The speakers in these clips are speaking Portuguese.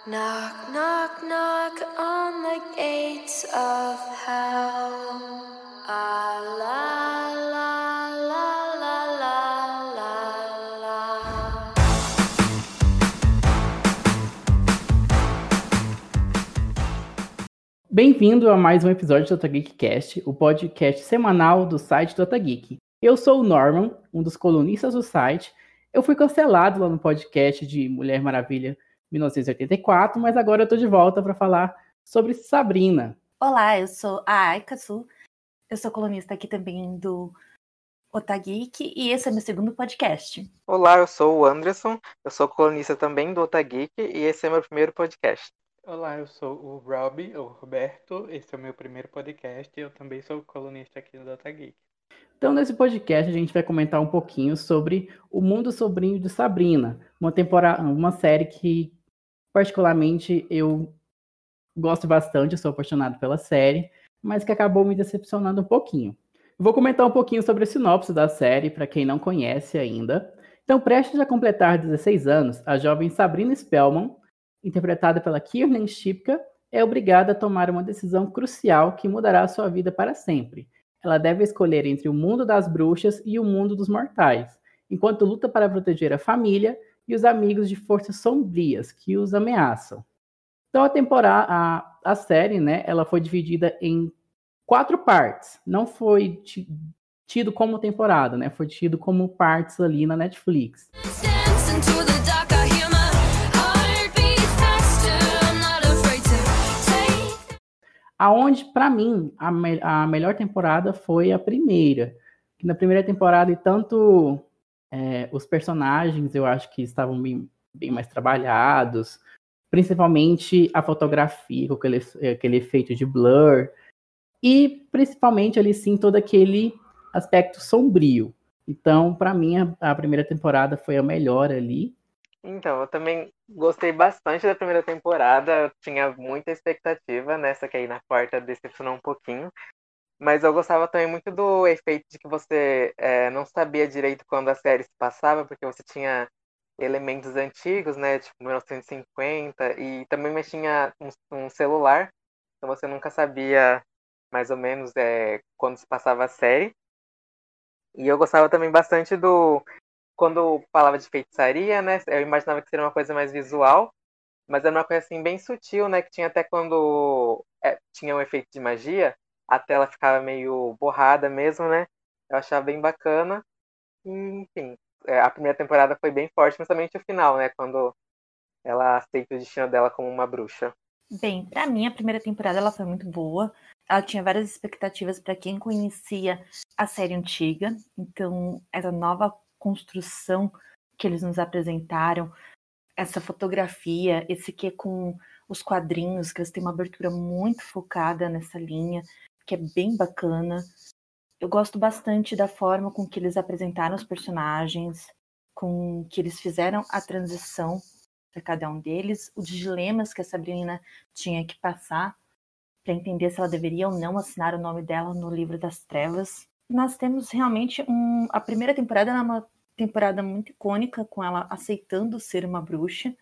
Knock, knock, knock on the gates of hell. Ah, la, la, la, la, la, la, la. Bem-vindo a mais um episódio do Otageekcast, o podcast semanal do site do Otageek. Eu sou o Norman, um dos colunistas do site. Eu fui cancelado lá no podcast de Mulher Maravilha 1984, mas agora eu tô de volta para falar sobre Sabrina. Olá, eu sou a Aikasu, eu sou colunista aqui também do Otageek e esse é meu segundo podcast. Olá, eu sou o Anderson, eu sou colunista também do Otageek e esse é meu primeiro podcast. Olá, eu sou o Roberto, esse é o meu primeiro podcast e eu também sou colunista aqui do Otageek. Então, nesse podcast, a gente vai comentar um pouquinho sobre O Mundo Sobrinho de Sabrina, uma série que, particularmente, eu gosto bastante, eu sou apaixonado pela série, mas que acabou me decepcionando um pouquinho. Vou comentar um pouquinho sobre a sinopse da série, para quem não conhece ainda. Então, prestes a completar 16 anos, a jovem Sabrina Spellman, interpretada pela Kiernan Shipka, é obrigada a tomar uma decisão crucial que mudará a sua vida para sempre. Ela deve escolher entre o mundo das bruxas e o mundo dos mortais, enquanto luta para proteger a família e os amigos de forças sombrias que os ameaçam. Então a série, né, ela foi dividida em 4 partes. Não foi tido como temporada, né? Foi tido como partes ali na Netflix. Dance into the dark, I hear my heart beat faster. I'm not afraid to take. Aonde, para mim, a melhor temporada foi a primeira. Na primeira temporada, e tanto os personagens, eu acho que estavam bem mais trabalhados, principalmente a fotografia, com aquele efeito de blur, e principalmente ali sim todo aquele aspecto sombrio. Então, para mim, a primeira temporada foi a melhor ali. Então, eu também gostei bastante da primeira temporada, eu tinha muita expectativa, nessa que aí na quarta decepcionou um pouquinho, mas eu gostava também muito do efeito de que você não sabia direito quando a série se passava, porque você tinha elementos antigos, né, tipo 1950, e também mas tinha um celular, então você nunca sabia mais ou menos quando se passava a série. E eu gostava também bastante quando falava de feitiçaria, né? Eu imaginava que seria uma coisa mais visual, mas era uma coisa assim bem sutil, né? Que tinha até quando tinha um efeito de magia, a tela ficava meio borrada mesmo, né? Eu achava bem bacana. E, enfim, a primeira temporada foi bem forte, principalmente o final, né? Quando ela aceita o destino dela como uma bruxa. Bem, pra mim a primeira temporada ela foi muito boa. Ela tinha várias expectativas para quem conhecia a série antiga. Então, essa nova construção que eles nos apresentaram, essa fotografia, esse que com os quadrinhos, que eles têm uma abertura muito focada nessa linha, que é bem bacana. Eu gosto bastante da forma com que eles apresentaram os personagens, com que eles fizeram a transição para cada um deles, os dilemas que a Sabrina tinha que passar para entender se ela deveria ou não assinar o nome dela no livro das trevas. Nós temos realmente a primeira temporada é uma temporada muito icônica, com ela aceitando ser uma bruxa,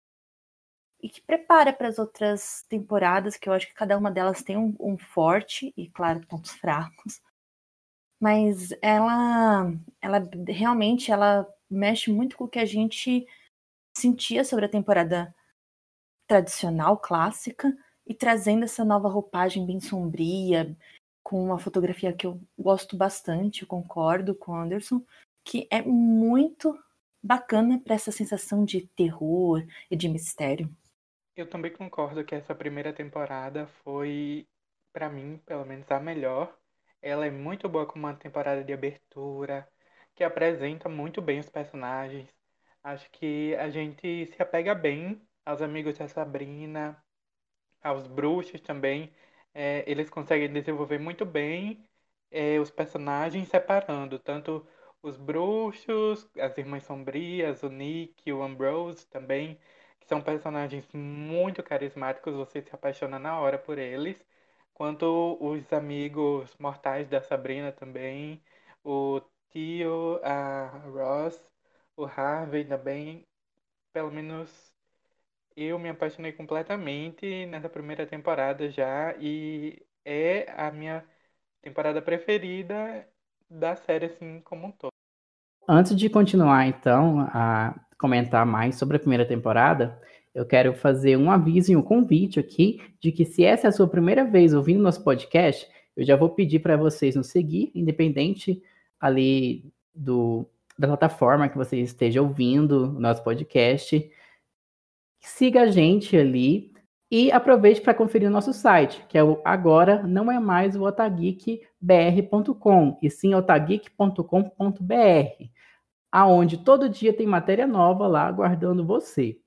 e que prepara para as outras temporadas, que eu acho que cada uma delas tem um forte e, claro, pontos fracos. Mas ela realmente ela mexe muito com o que a gente sentia sobre a temporada tradicional, clássica, e trazendo essa nova roupagem bem sombria, com uma fotografia que eu gosto bastante, eu concordo com o Anderson, que é muito bacana para essa sensação de terror e de mistério. Eu também concordo que essa primeira temporada foi, pra mim, pelo menos a melhor. Ela é muito boa como uma temporada de abertura, que apresenta muito bem os personagens. Acho que a gente se apega bem aos amigos da Sabrina, aos bruxos também. Eles conseguem desenvolver muito bem os personagens, separando tanto os bruxos, as Irmãs Sombrias, o Nick, o Ambrose também, que são personagens muito carismáticos, você se apaixona na hora por eles, quanto os amigos mortais da Sabrina também, o Tio, a Ross, o Harvey também, pelo menos eu me apaixonei completamente nessa primeira temporada já, e é a minha temporada preferida da série, assim, como um todo. Antes de continuar, então, a comentar mais sobre a primeira temporada, eu quero fazer um aviso e um convite aqui de que se essa é a sua primeira vez ouvindo nosso podcast, eu já vou pedir para vocês nos seguir, independente ali da plataforma que você esteja ouvindo o nosso podcast. Siga a gente ali e aproveite para conferir o nosso site, que é o agora não é mais o otageekbr.com, e sim otageek.com.br, aonde todo dia tem matéria nova lá aguardando você.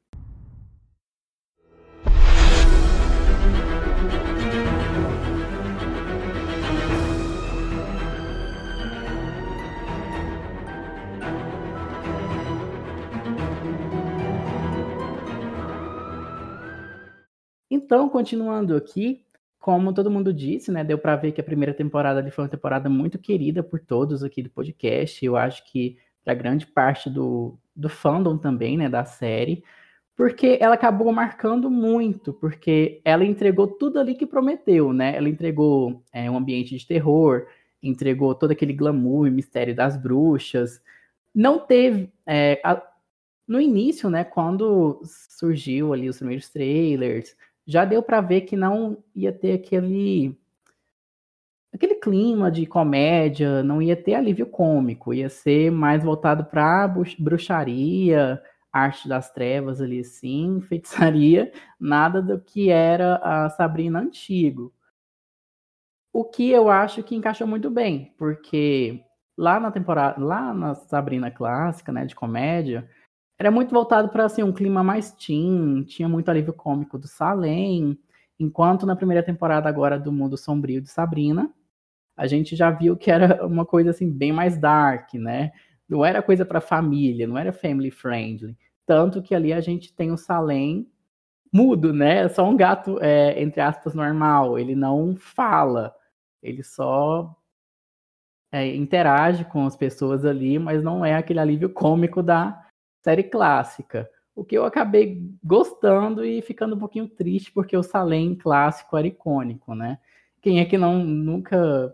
Então, continuando aqui, como todo mundo disse, né, deu para ver que a primeira temporada ali foi uma temporada muito querida por todos aqui do podcast. Eu acho que para grande parte do fandom também, né, da série, porque ela acabou marcando muito, porque ela entregou tudo ali que prometeu, né? Ela entregou um ambiente de terror, entregou todo aquele glamour e mistério das bruxas. Não teve no início, né, quando surgiu ali os primeiros trailers, já deu para ver que não ia ter aquele clima de comédia, não ia ter alívio cômico, ia ser mais voltado para bruxaria, arte das trevas ali sim, feitiçaria, nada do que era a Sabrina antigo. O que eu acho que encaixou muito bem, porque lá na Sabrina clássica, né, de comédia, era muito voltado para assim, um clima mais teen, tinha muito alívio cômico do Salem, enquanto na primeira temporada agora do Mundo Sombrio de Sabrina, a gente já viu que era uma coisa assim bem mais dark, né? Não era coisa para família, não era family friendly. Tanto que ali a gente tem o Salem mudo, né? É só um gato, entre aspas, normal. Ele não fala, ele só interage com as pessoas ali, mas não é aquele alívio cômico da série clássica. O que eu acabei gostando e ficando um pouquinho triste, porque o Salem clássico era icônico, né? Quem é que nunca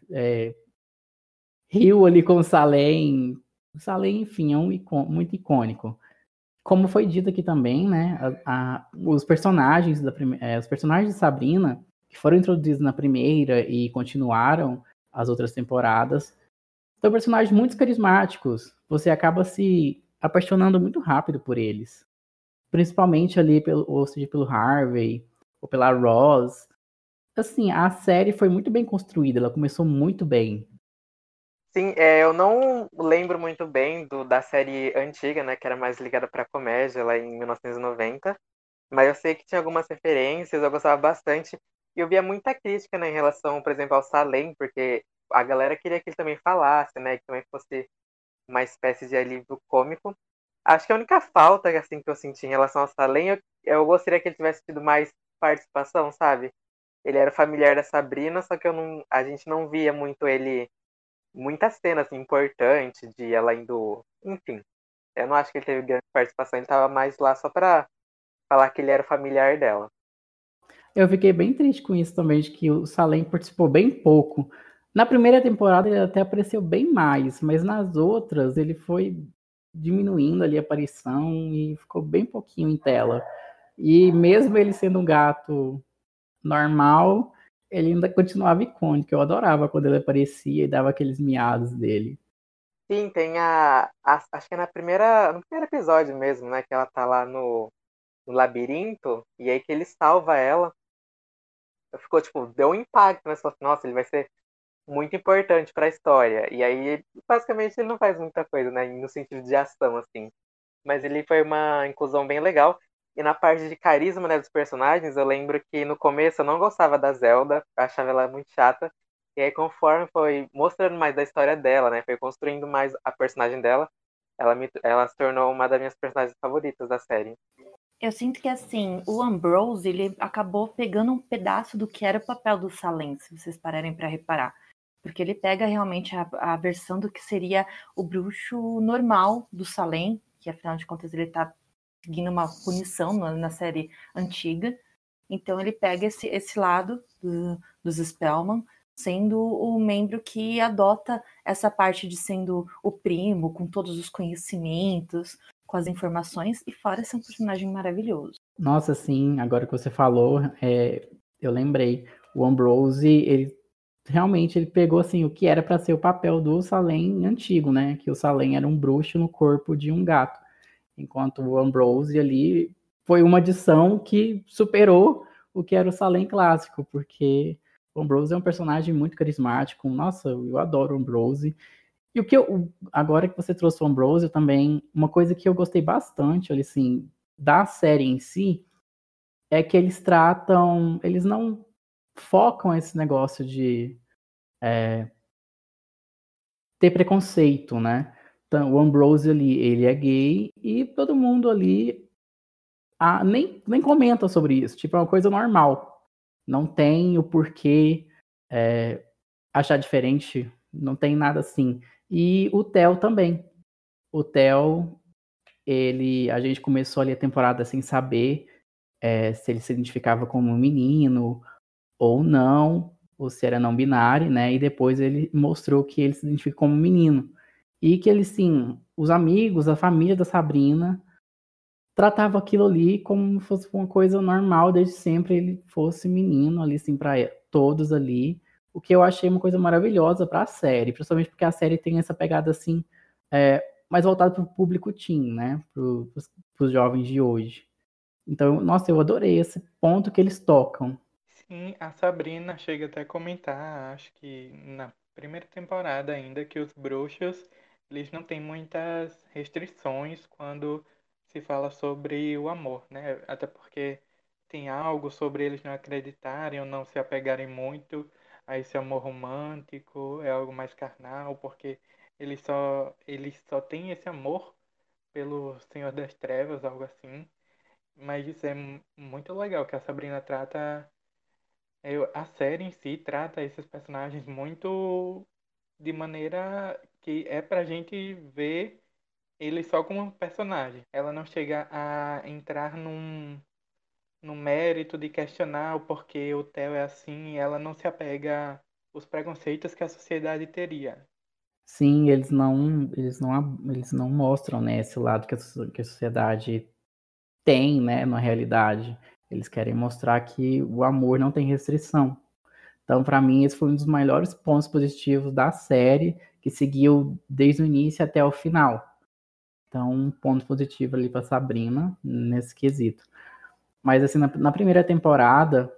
riu ali com o Salem? O Salem, enfim, é muito icônico. Como foi dito aqui também, né? Os personagens os personagens de Sabrina, que foram introduzidos na primeira e continuaram as outras temporadas, são personagens muito carismáticos. Você acaba se apaixonando muito rápido por eles. Principalmente ali ou seja, pelo Harvey, ou pela Roz. Assim, a série foi muito bem construída, ela começou muito bem. Sim, eu não lembro muito bem da série antiga, né, que era mais ligada pra comédia, lá em 1990, mas eu sei que tinha algumas referências, eu gostava bastante, e eu via muita crítica, né, em relação, por exemplo, ao Salem, porque a galera queria que ele também falasse, né, que também fosse uma espécie de alívio cômico. Acho que a única falta, assim, que eu senti em relação ao Salem, eu gostaria que ele tivesse tido mais participação, sabe? Ele era familiar da Sabrina, só que a gente não via muito ele, muitas cenas assim, importantes de ela indo. Enfim, eu não acho que ele teve grande participação, ele tava mais lá só pra falar que ele era familiar dela. Eu fiquei bem triste com isso também, de que o Salem participou bem pouco. Na primeira temporada ele até apareceu bem mais, mas nas outras ele foi diminuindo ali a aparição e ficou bem pouquinho em tela. E mesmo ele sendo um gato normal, ele ainda continuava icônico. Eu adorava quando ele aparecia e dava aqueles miados dele. Sim, tem acho que é no primeiro episódio mesmo, né? Que ela tá lá no labirinto, e aí que ele salva ela. Ficou, tipo, deu um impacto, né? Você falou assim, nossa, ele vai ser muito importante pra história. E aí, basicamente, ele não faz muita coisa, né? No sentido de ação, assim. Mas ele foi uma inclusão bem legal. E na parte de carisma, né, dos personagens, eu lembro que no começo eu não gostava da Zelda, eu achava ela muito chata. E aí, conforme foi mostrando mais da história dela, né, foi construindo mais a personagem dela, ela se tornou uma das minhas personagens favoritas da série. Eu sinto que, assim, o Ambrose, ele acabou pegando um pedaço do que era o papel do Salem, se vocês pararem para reparar. Porque ele pega realmente a versão do que seria o bruxo normal do Salem, que afinal de contas ele tá seguindo uma punição na série antiga. Então ele pega esse lado dos Spellman, sendo o membro que adota essa parte de sendo o primo, com todos os conhecimentos, com as informações, e fora ser um personagem maravilhoso. Nossa, sim, agora que você falou, eu lembrei. O Ambrose, ele realmente ele pegou assim o que era para ser o papel do Salem antigo, né? Que o Salem era um bruxo no corpo de um gato, enquanto o Ambrose ali foi uma adição que superou o que era o Salem clássico, porque o Ambrose é um personagem muito carismático. Nossa, eu adoro o Ambrose. E o que agora que você trouxe o Ambrose, eu também, uma coisa que eu gostei bastante, ali, assim, da série em si, é que eles não focam esse negócio de ter preconceito, né? Então, o Ambrose ali, ele é gay e todo mundo ali nem comenta sobre isso. Tipo, é uma coisa normal. Não tem o porquê achar diferente, não tem nada assim. E o Theo também. O Theo, a gente começou ali a temporada sem saber se ele se identificava como um menino ou não, ou se era não binário, né? E depois ele mostrou que ele se identifica como menino. E que ele, sim, os amigos, a família da Sabrina tratava aquilo ali como se fosse uma coisa normal, desde sempre ele fosse menino ali, assim, para todos ali. O que eu achei uma coisa maravilhosa para a série, principalmente porque a série tem essa pegada assim, mais voltada para o público teen, né? Para os jovens de hoje. Então, nossa, eu adorei esse ponto que eles tocam. Sim, a Sabrina chega até a comentar, acho que na primeira temporada ainda, que os bruxos, eles não têm muitas restrições quando se fala sobre o amor, né? Até porque tem algo sobre eles não acreditarem ou não se apegarem muito a esse amor romântico, é algo mais carnal, porque eles só têm esse amor pelo Senhor das Trevas, algo assim. Mas isso é muito legal, que a Sabrina trata a série em si trata esses personagens muito de maneira que é pra gente ver ele só como um personagem. Ela não chega a entrar num mérito de questionar o porquê o Theo é assim, ela não se apega aos preconceitos que a sociedade teria. Sim, eles não mostram, né, esse lado que a sociedade tem, né, na realidade. Eles querem mostrar que o amor não tem restrição. Então, para mim, esse foi um dos maiores pontos positivos da série, que seguiu desde o início até o final. Então, um ponto positivo ali para Sabrina nesse quesito. Mas, assim, na primeira temporada,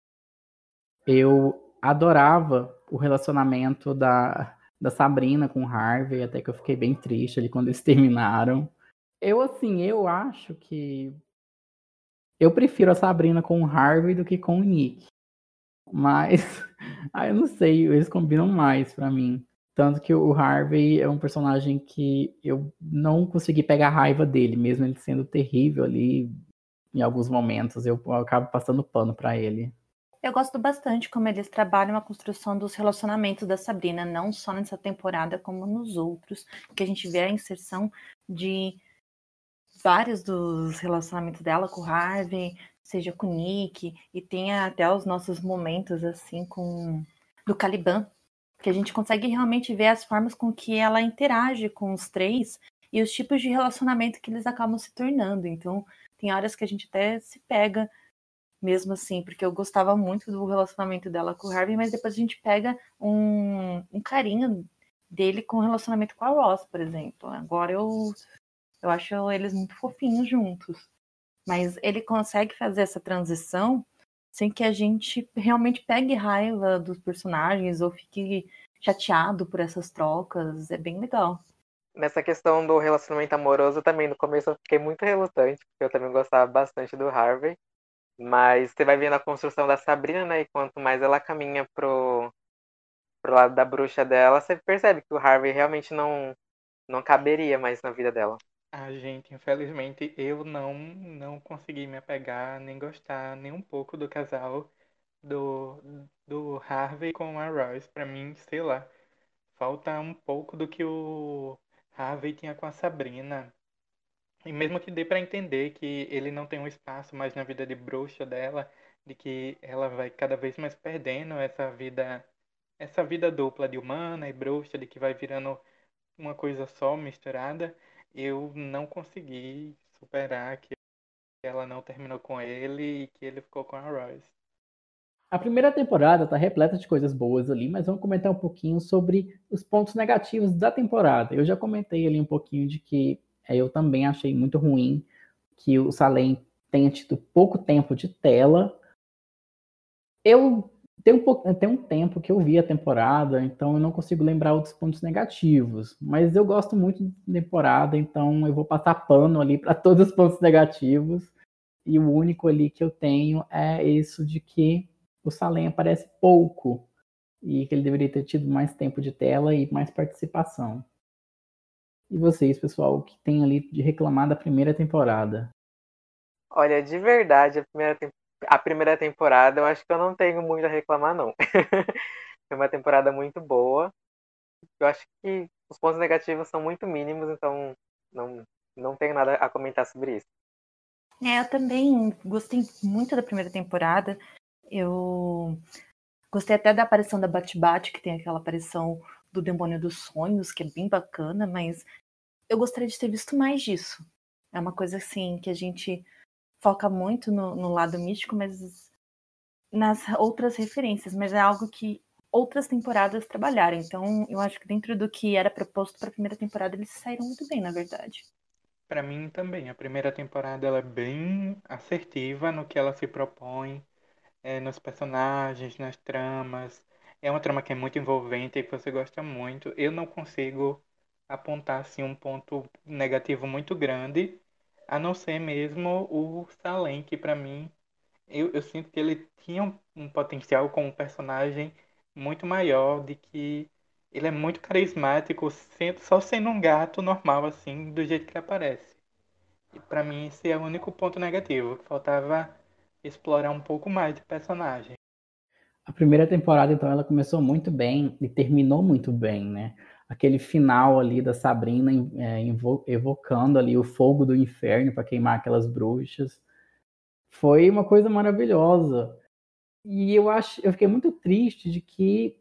eu adorava o relacionamento da Sabrina com o Harvey, até que eu fiquei bem triste ali quando eles terminaram. Eu acho que eu prefiro a Sabrina com o Harvey do que com o Nick. Mas, eu não sei, eles combinam mais pra mim. Tanto que o Harvey é um personagem que eu não consegui pegar raiva dele, mesmo ele sendo terrível ali em alguns momentos. Eu acabo passando pano pra ele. Eu gosto bastante como eles trabalham a construção dos relacionamentos da Sabrina, não só nessa temporada, como nos outros, que a gente vê a inserção de vários dos relacionamentos dela com o Harvey, seja com o Nick, e tem até os nossos momentos, assim, do Caliban, que a gente consegue realmente ver as formas com que ela interage com os três e os tipos de relacionamento que eles acabam se tornando. Então, tem horas que a gente até se pega mesmo assim, porque eu gostava muito do relacionamento dela com o Harvey, mas depois a gente pega um carinho dele com o relacionamento com a Ross, por exemplo. Agora eu acho eles muito fofinhos juntos. Mas ele consegue fazer essa transição sem que a gente realmente pegue raiva dos personagens ou fique chateado por essas trocas. É bem legal. Nessa questão do relacionamento amoroso também, no começo eu fiquei muito relutante, porque eu também gostava bastante do Harvey. Mas você vai vendo a construção da Sabrina, né? E quanto mais ela caminha pro lado da bruxa dela, você percebe que o Harvey realmente não caberia mais na vida dela. A gente, infelizmente, eu não consegui me apegar nem gostar nem um pouco do casal do, do Harvey com a Royce. Pra mim, sei lá, falta um pouco do que o Harvey tinha com a Sabrina. E mesmo que dê pra entender que ele não tem um espaço mais na vida de bruxa dela, de que ela vai cada vez mais perdendo essa vida dupla de humana e bruxa, de que vai virando uma coisa só misturada, eu não consegui superar que ela não terminou com ele e que ele ficou com a Royce. A primeira temporada tá repleta de coisas boas ali, mas vamos comentar um pouquinho sobre os pontos negativos da temporada. Eu já comentei ali um pouquinho de que eu também achei muito ruim que o Salem tenha tido pouco tempo de tela. Eu tem um tempo que eu vi a temporada, então eu não consigo lembrar outros pontos negativos. Mas eu gosto muito da temporada, então eu vou passar pano ali para todos os pontos negativos. E o único ali que eu tenho é isso de que o Salem aparece pouco e que ele deveria ter tido mais tempo de tela e mais participação. E vocês, pessoal, o que tem ali de reclamar da primeira temporada? Olha, de verdade, a primeira temporada eu acho que eu não tenho muito a reclamar, não. Foi uma temporada muito boa. Eu acho que os pontos negativos são muito mínimos, então não, não tenho nada a comentar sobre isso. Eu também gostei muito da primeira temporada. Eu gostei até da aparição da Bate-Bate, que tem aquela aparição do Demônio dos Sonhos, que é bem bacana, mas eu gostaria de ter visto mais disso. É uma coisa assim que a gente foca muito no lado místico, mas nas outras referências, mas é algo que outras temporadas trabalharam. Então, eu acho que dentro do que era proposto para a primeira temporada, eles saíram muito bem, na verdade. Pra mim também, a primeira temporada ela é bem assertiva no que ela se propõe, nos personagens, nas tramas. É uma trama que é muito envolvente e que você gosta muito. Eu não consigo apontar assim um ponto negativo muito grande, a não ser mesmo o Salem, que pra mim eu sinto que ele tinha um potencial como personagem muito maior, de que ele é muito carismático, só sendo um gato normal assim, do jeito que ele aparece. E pra mim esse é o único ponto negativo, que faltava explorar um pouco mais de personagem. A primeira temporada, então, ela começou muito bem e terminou muito bem, né? Aquele final ali da Sabrina evocando ali o fogo do inferno para queimar aquelas bruxas. Foi uma coisa maravilhosa. E eu fiquei muito triste de que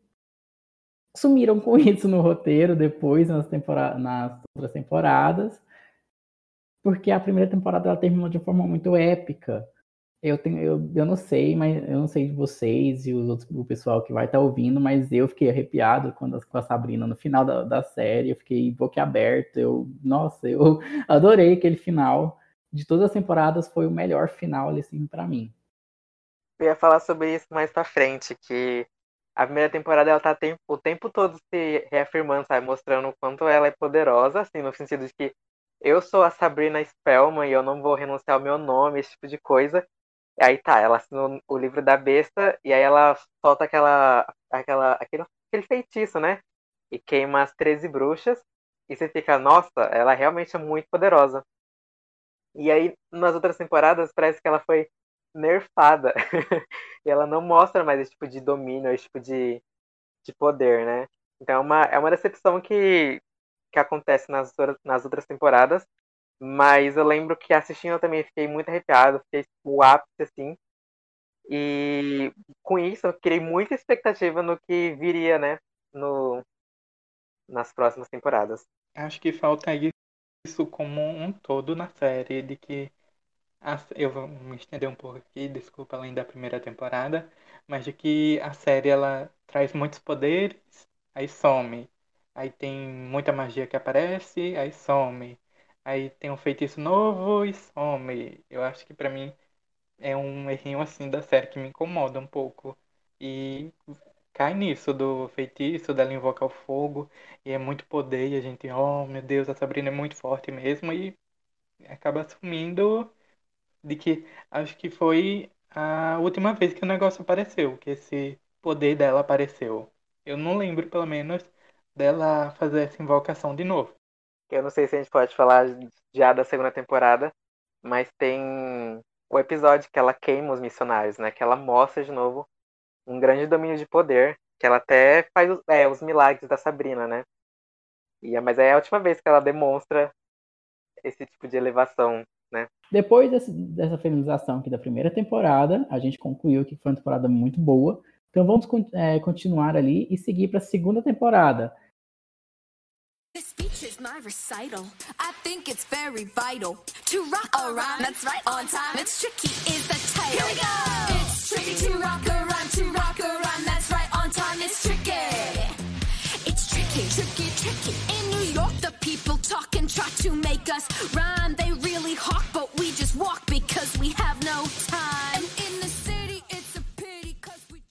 sumiram com isso no roteiro depois, nas outras temporadas, porque a primeira temporada ela terminou de forma muito épica. Eu não sei, mas eu não sei de vocês e o pessoal que vai estar ouvindo, mas eu fiquei arrepiado com a Sabrina no final da série, eu fiquei boquiaberto, nossa, eu adorei aquele final. De todas as temporadas foi o melhor final assim para mim. Eu ia falar sobre isso mais pra frente, que a primeira temporada ela tá o tempo todo se reafirmando, sabe? Mostrando o quanto ela é poderosa, assim, no sentido de que eu sou a Sabrina Spellman e eu não vou renunciar ao meu nome, esse tipo de coisa. E aí tá, ela assinou o livro da besta e aí ela solta aquele feitiço, né? E queima as 13 bruxas. E você fica, nossa, ela realmente é muito poderosa. E aí, nas outras temporadas, parece que ela foi nerfada. E ela não mostra mais esse tipo de domínio, esse tipo de poder, né? Então é uma decepção que acontece nas outras temporadas. Mas eu lembro que assistindo eu também fiquei muito arrepiado, fiquei o ápice, assim. E com isso eu criei muita expectativa no que viria, né? No, nas próximas temporadas. Acho que falta isso como um todo na série, de que eu vou me estender um pouco aqui, desculpa, além da primeira temporada, mas de que a série ela traz muitos poderes, aí some. Aí tem muita magia que aparece, aí some. Aí tem um feitiço novo e some. Eu acho que pra mim é um errinho assim da série que me incomoda um pouco. E cai nisso do feitiço, dela invocar o fogo, e é muito poder, e a gente, oh meu Deus, a Sabrina é muito forte mesmo, e acaba sumindo de que acho que foi a última vez que o negócio apareceu, que esse poder dela apareceu. Eu não lembro, pelo menos, dela fazer essa invocação de novo. Eu não sei se a gente pode falar já da segunda temporada, mas tem o episódio que ela queima os missionários, né? Que ela mostra de novo um grande domínio de poder, que ela até faz os milagres da Sabrina, né? Mas é a última vez que ela demonstra esse tipo de elevação, né? Depois dessa finalização aqui da primeira temporada, a gente concluiu que foi uma temporada muito boa. Então vamos continuar ali e seguir para a segunda temporada. This speech is my recital. I think it's very vital to rock a rhyme. That's right, on time. It's tricky is the title. Here we go. It's tricky to rock a rhyme, to rock a rhyme. That's right, on time. It's tricky. It's tricky, tricky, tricky. In New York, the people talk and try to make us rhyme. They really hawk, but we just walk because we have no time. And in the city, it's a pity 'cause we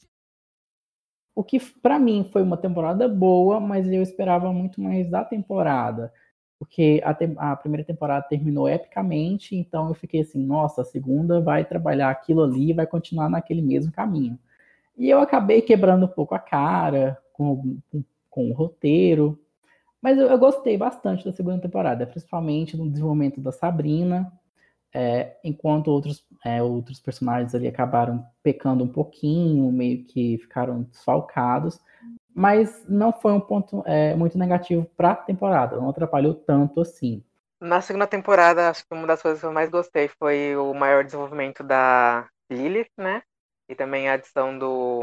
O que para mim foi uma temporada boa, mas eu esperava muito mais da temporada. Porque a primeira temporada terminou epicamente, então eu fiquei assim, nossa, a segunda vai trabalhar aquilo ali e vai continuar naquele mesmo caminho. E eu acabei quebrando um pouco a cara com o roteiro, mas eu gostei bastante da segunda temporada, principalmente no desenvolvimento da Sabrina, enquanto outros personagens ali acabaram pecando um pouquinho, meio que ficaram desfalcados, mas não foi um ponto muito negativo para a temporada, não atrapalhou tanto assim. Na segunda temporada, acho que uma das coisas que eu mais gostei foi o maior desenvolvimento da Lilith, né? E também a adição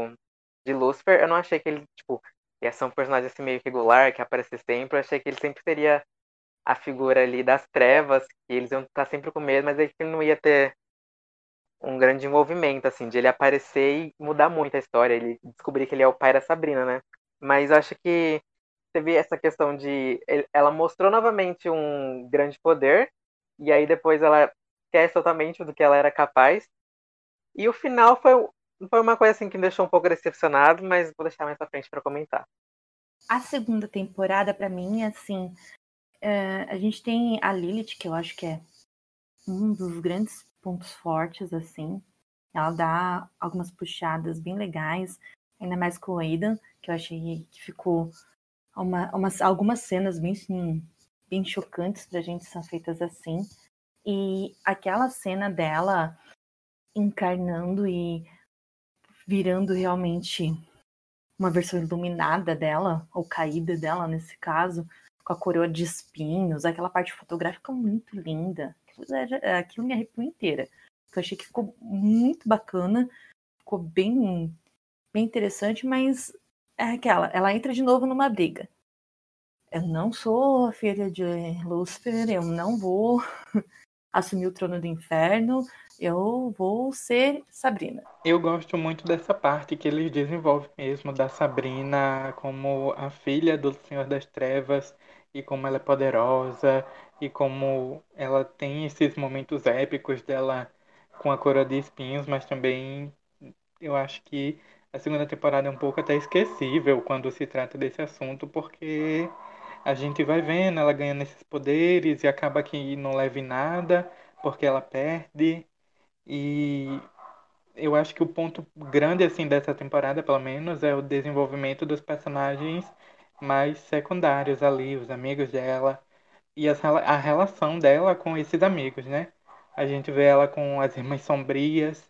de Lucifer. Eu não achei que ele, tipo, ia ser um personagem assim meio regular, que aparecer sempre. Eu achei que ele sempre seria a figura ali das trevas, que eles iam estar sempre com medo, mas ele não ia ter um grande envolvimento, assim, de ele aparecer e mudar muito a história, ele descobrir que ele é o pai da Sabrina, né? Mas eu acho que teve essa questão de... Ela mostrou novamente um grande poder, e aí depois ela esquece totalmente do que ela era capaz. E o final foi uma coisa assim que me deixou um pouco decepcionado, mas vou deixar mais pra frente pra comentar. A segunda temporada, pra mim, assim, a gente tem a Lilith, que eu acho que é um dos grandes pontos fortes, assim. Ela dá algumas puxadas bem legais, ainda mais com o Aidan, que eu achei que ficou algumas cenas bem chocantes pra gente são feitas assim. E aquela cena dela encarnando e virando realmente uma versão iluminada dela, ou caída dela nesse caso, com a coroa de espinhos, aquela parte fotográfica muito linda. Aquilo me arrepiou inteira. Eu achei que ficou muito bacana, ficou bem interessante, mas ela entra de novo numa briga. Eu não sou a filha de Lúcifer, eu não vou assumir o trono do inferno, eu vou ser Sabrina. Eu gosto muito dessa parte que eles desenvolvem mesmo da Sabrina como a filha do Senhor das Trevas e como ela é poderosa e como ela tem esses momentos épicos dela com a coroa de espinhos, mas também eu acho que a segunda temporada é um pouco até esquecível quando se trata desse assunto, porque a gente vai vendo ela ganhando esses poderes e acaba que não leva em nada, porque ela perde. E eu acho que o ponto grande assim dessa temporada, pelo menos, é o desenvolvimento dos personagens mais secundários ali, os amigos dela e a relação dela com esses amigos, né? A gente vê ela com as Irmãs Sombrias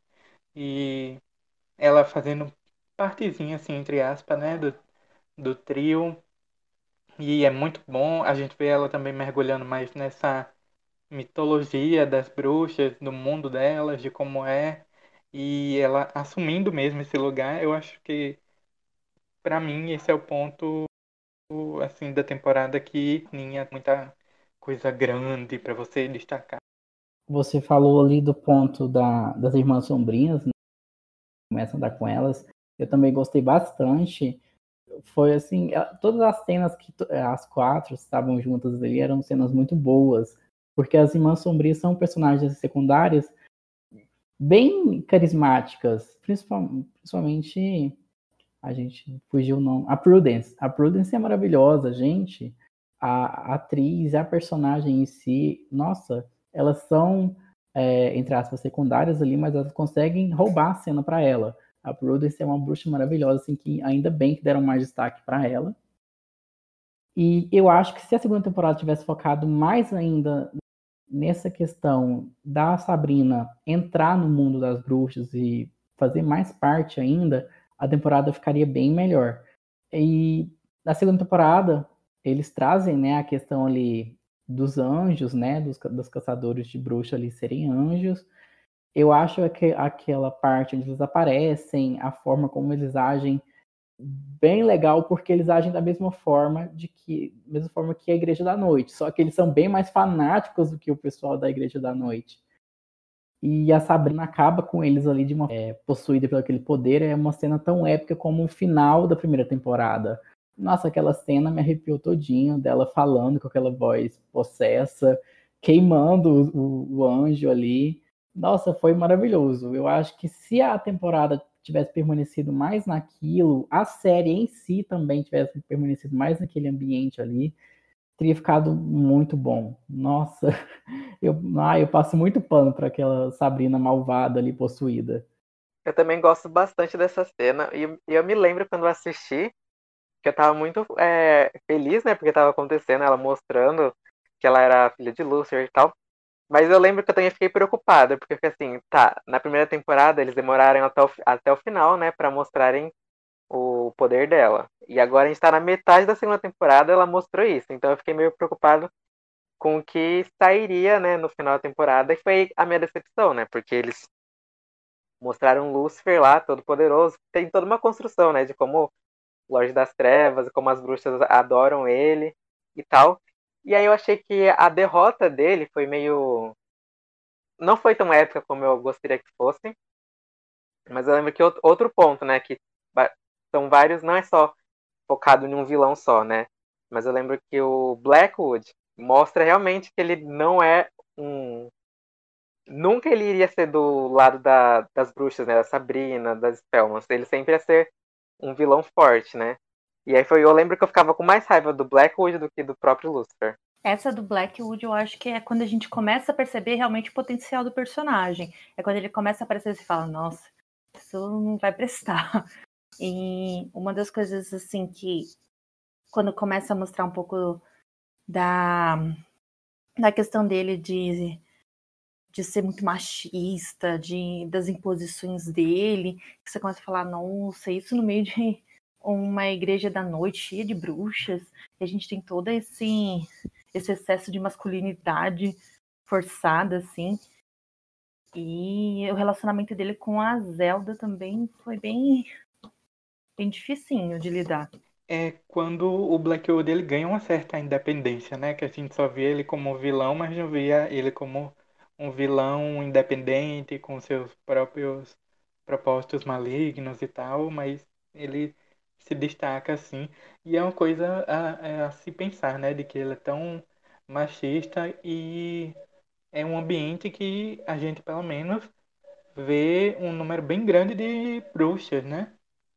e ela fazendo partezinha assim, entre aspas, né, do trio. E é muito bom. A gente vê ela também mergulhando mais nessa mitologia das bruxas, do mundo delas, de como é, e ela assumindo mesmo esse lugar. Eu acho que, pra mim, esse é o ponto assim da temporada que tinha muita coisa grande pra você destacar. Você falou ali do ponto das Irmãs Sombrinhas, né? Começa a andar com elas. Eu também gostei bastante. Foi assim, todas as cenas que as quatro estavam juntas ali eram cenas muito boas, porque as Irmãs Sombrias são personagens secundárias bem carismáticas, principalmente a gente fugiu o nome, a Prudence. A Prudence é maravilhosa, gente. A atriz, a personagem em si, nossa, elas são, entre aspas, secundárias ali, mas elas conseguem roubar a cena para ela. A Prudence é uma bruxa maravilhosa, assim, que ainda bem que deram mais destaque para ela. E eu acho que se a segunda temporada tivesse focado mais ainda nessa questão da Sabrina entrar no mundo das bruxas e fazer mais parte ainda, a temporada ficaria bem melhor. E na segunda temporada, eles trazem, né, a questão ali dos anjos, né? Dos caçadores de bruxa ali serem anjos. Eu acho que aquela parte onde eles aparecem, a forma como eles agem, bem legal, porque eles agem da mesma forma que a Igreja da Noite. Só que eles são bem mais fanáticos do que o pessoal da Igreja da Noite. E a Sabrina acaba com eles ali possuída pelo aquele poder. É uma cena tão épica como o final da primeira temporada. Nossa, aquela cena me arrepiou todinho, dela falando com aquela voz possessa, queimando o anjo ali. Nossa, foi maravilhoso. Eu acho que se a temporada tivesse permanecido mais naquilo, a série em si também tivesse permanecido mais naquele ambiente ali, teria ficado muito bom. Nossa, eu passo muito pano para aquela Sabrina malvada ali possuída. Eu também gosto bastante dessa cena. E eu me lembro quando eu assisti, que eu tava muito feliz, né? Porque tava acontecendo, ela mostrando que ela era filha de Lúcifer e tal. Mas eu lembro que eu também fiquei preocupada, porque eu fiquei assim, tá, na primeira temporada eles demoraram até o final, né, pra mostrarem o poder dela. E agora a gente tá na metade da segunda temporada, ela mostrou isso. Então eu fiquei meio preocupado com o que sairia, né, no final da temporada, e foi a minha decepção, né, porque eles mostraram Lúcifer lá, todo poderoso. Tem toda uma construção, né, de como o Lorde das Trevas, como as bruxas adoram ele e tal. E aí eu achei que a derrota dele foi meio... Não foi tão épica como eu gostaria que fosse. Mas eu lembro que outro ponto, né, que são vários, não é só focado em um vilão só, né. Mas eu lembro que o Blackwood mostra realmente que ele não é um... Nunca ele iria ser do lado das bruxas, né, da Sabrina, das Spellmans. Ele sempre ia ser um vilão forte, né. E aí eu lembro que eu ficava com mais raiva do Blackwood do que do próprio Lucifer. Essa do Blackwood eu acho que é quando a gente começa a perceber realmente o potencial do personagem. É quando ele começa a aparecer e fala, nossa, isso não vai prestar. E uma das coisas assim que quando começa a mostrar um pouco da questão dele de ser muito machista, das imposições dele, que você começa a falar, nossa, isso no meio de uma igreja da noite cheia de bruxas, e a gente tem todo esse excesso de masculinidade forçada, assim. E o relacionamento dele com a Zelda também foi bem dificinho de lidar. É quando o Blackwood ele ganha uma certa independência, né? Que a gente só via ele como vilão, mas não via ele como um vilão independente, com seus próprios propósitos malignos e tal, mas ele se destaca assim. E é uma coisa a se pensar, né? De que ele é tão machista e é um ambiente que a gente, pelo menos, vê um número bem grande de bruxas, né?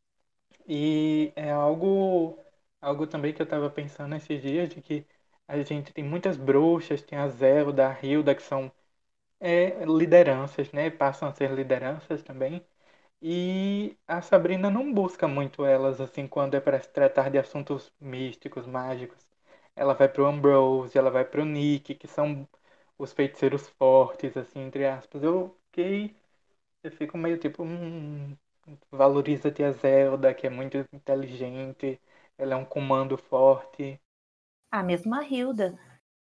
E é algo também que eu estava pensando esses dias, de que a gente tem muitas bruxas, tem a Zelda, a Hilda, que são lideranças, né? Passam a ser lideranças também. E a Sabrina não busca muito elas, assim, quando é para se tratar de assuntos místicos, mágicos. Ela vai pro Ambrose, ela vai pro Nick, que são os feiticeiros fortes, assim, entre aspas. Eu fico meio tipo, valoriza a tia Zelda, que é muito inteligente, ela é um comando forte. A mesma Hilda,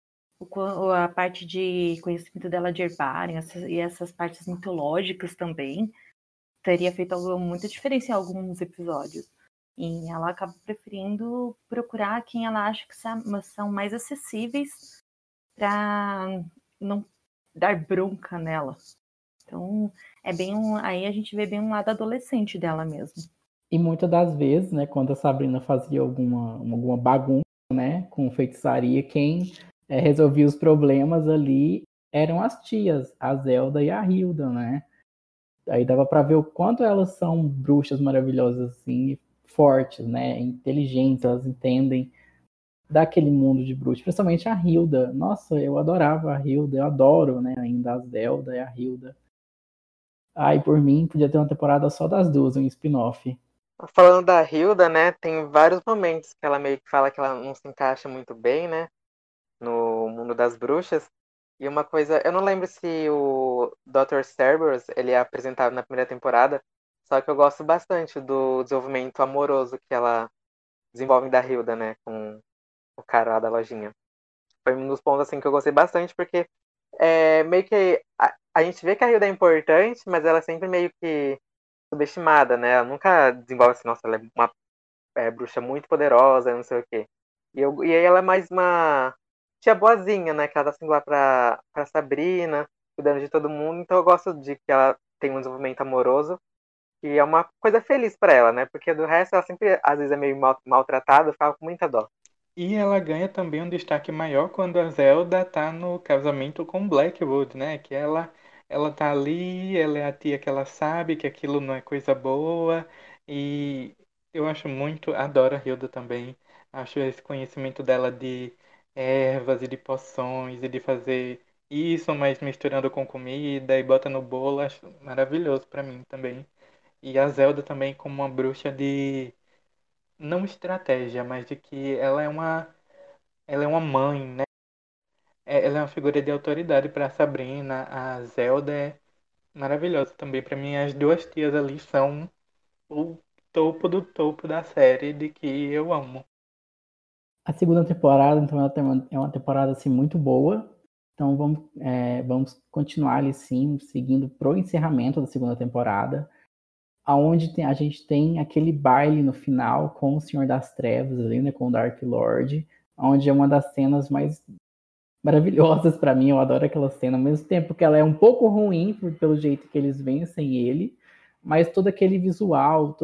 a parte de conhecimento dela de herbário e essas partes mitológicas também, teria feito algo muito diferente em alguns episódios. E ela acaba preferindo procurar quem ela acha que são mais acessíveis para não dar bronca nela. Então, aí a gente vê bem um lado adolescente dela mesmo. E muitas das vezes, né, quando a Sabrina fazia alguma bagunça, né, com feitiçaria, quem resolvia os problemas ali eram as tias, a Zelda e a Hilda, né? Aí dava para ver o quanto elas são bruxas maravilhosas, assim, fortes, né, inteligentes, elas entendem daquele mundo de bruxas, principalmente a Hilda. Nossa, eu adorava a Hilda, eu adoro, né, ainda a Zelda e a Hilda. Ai, por mim, podia ter uma temporada só das duas, um spin-off. Falando da Hilda, né, tem vários momentos que ela meio que fala que ela não se encaixa muito bem, né, no mundo das bruxas. E uma coisa, eu não lembro se o Dr. Cerberus, ele é apresentado na primeira temporada, só que eu gosto bastante do desenvolvimento amoroso que ela desenvolve da Hilda, né, com o cara lá da lojinha. Foi um dos pontos assim que eu gostei bastante, porque meio que a gente vê que a Hilda é importante, mas ela é sempre meio que subestimada, né? Ela nunca desenvolve assim, nossa, ela é uma bruxa muito poderosa, não sei o quê. E aí ela é mais uma tia boazinha, né? Que ela tá sempre lá pra Sabrina, cuidando de todo mundo. Então eu gosto de que ela tem um desenvolvimento amoroso, que é uma coisa feliz pra ela, né? Porque do resto ela sempre, às vezes, é meio maltratada, eu ficava com muita dó. E ela ganha também um destaque maior quando a Zelda tá no casamento com Blackwood, né? Que ela tá ali, ela é a tia que ela sabe que aquilo não é coisa boa. E eu acho muito, adoro a Hilda também. Acho esse conhecimento dela de ervas e de poções e de fazer isso, mas misturando com comida e bota no bolo, acho maravilhoso pra mim também. E a Zelda também como uma bruxa de não estratégia, mas de que ela é uma mãe, né? Ela é uma figura de autoridade para Sabrina. A Zelda é maravilhosa também. Para mim, as duas tias ali são o topo do topo da série de que eu amo. A segunda temporada, então, é uma temporada assim muito boa. Então vamos continuar ali sim, seguindo pro encerramento da segunda temporada, aonde a gente tem aquele baile no final com o Senhor das Trevas ali, né, com o Dark Lord, onde é uma das cenas mais maravilhosas para mim. Eu adoro aquela cena, ao mesmo tempo que ela é um pouco ruim pelo jeito que eles vencem ele, mas todo aquele visual,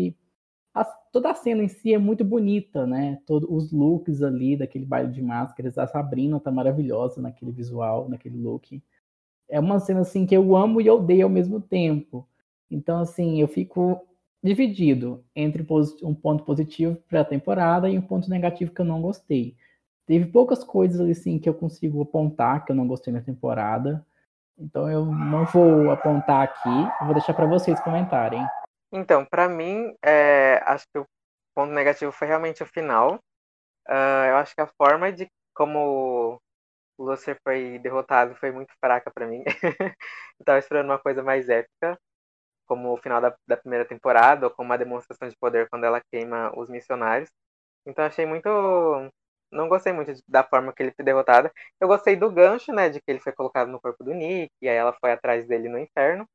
toda a cena em si é muito bonita, né? Todos os looks ali daquele baile de máscaras, a Sabrina tá maravilhosa naquele visual, naquele look. É uma cena assim que eu amo e odeio ao mesmo tempo. Então assim, eu fico dividido entre um ponto positivo para a temporada e um ponto negativo que eu não gostei. Teve poucas coisas ali assim que eu consigo apontar que eu não gostei na temporada. Então eu não vou apontar aqui, eu vou deixar para vocês comentarem. Então, pra mim, acho que o ponto negativo foi realmente o final. Eu acho que a forma de como o Lucifer foi derrotado foi muito fraca pra mim. Eu tava esperando uma coisa mais épica, como o final da primeira temporada, ou como uma demonstração de poder quando ela queima os missionários. Então achei muito. Não gostei muito da forma que ele foi derrotado. Eu gostei do gancho, né, de que ele foi colocado no corpo do Nick, e aí ela foi atrás dele no inferno.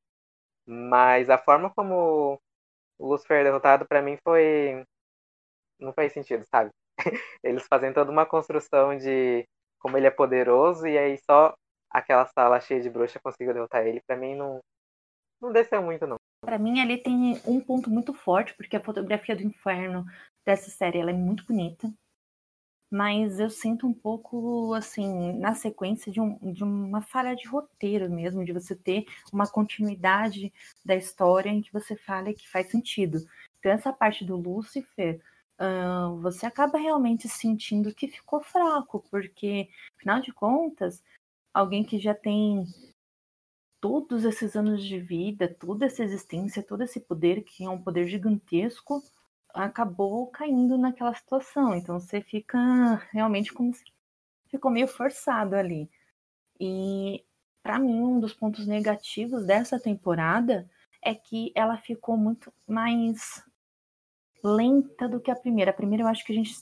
Mas a forma como o Lucifer é derrotado, pra mim, foi. Não faz sentido, sabe? Eles fazem toda uma construção de como ele é poderoso, e aí só aquela sala cheia de bruxa conseguiu derrotar ele. Pra mim, não desceu muito, não. Pra mim, ali tem um ponto muito forte, porque a fotografia do inferno dessa série ela é muito bonita. Mas eu sinto um pouco, assim, na sequência de uma falha de roteiro mesmo, de você ter uma continuidade da história em que você fala que faz sentido. Então, essa parte do Lúcifer, você acaba realmente sentindo que ficou fraco, porque, afinal de contas, alguém que já tem todos esses anos de vida, toda essa existência, todo esse poder, que é um poder gigantesco, acabou caindo naquela situação. Então você fica realmente como se ficou meio forçado ali. E para mim, um dos pontos negativos dessa temporada é que ela ficou muito mais lenta do que a primeira. A primeira eu acho que a gente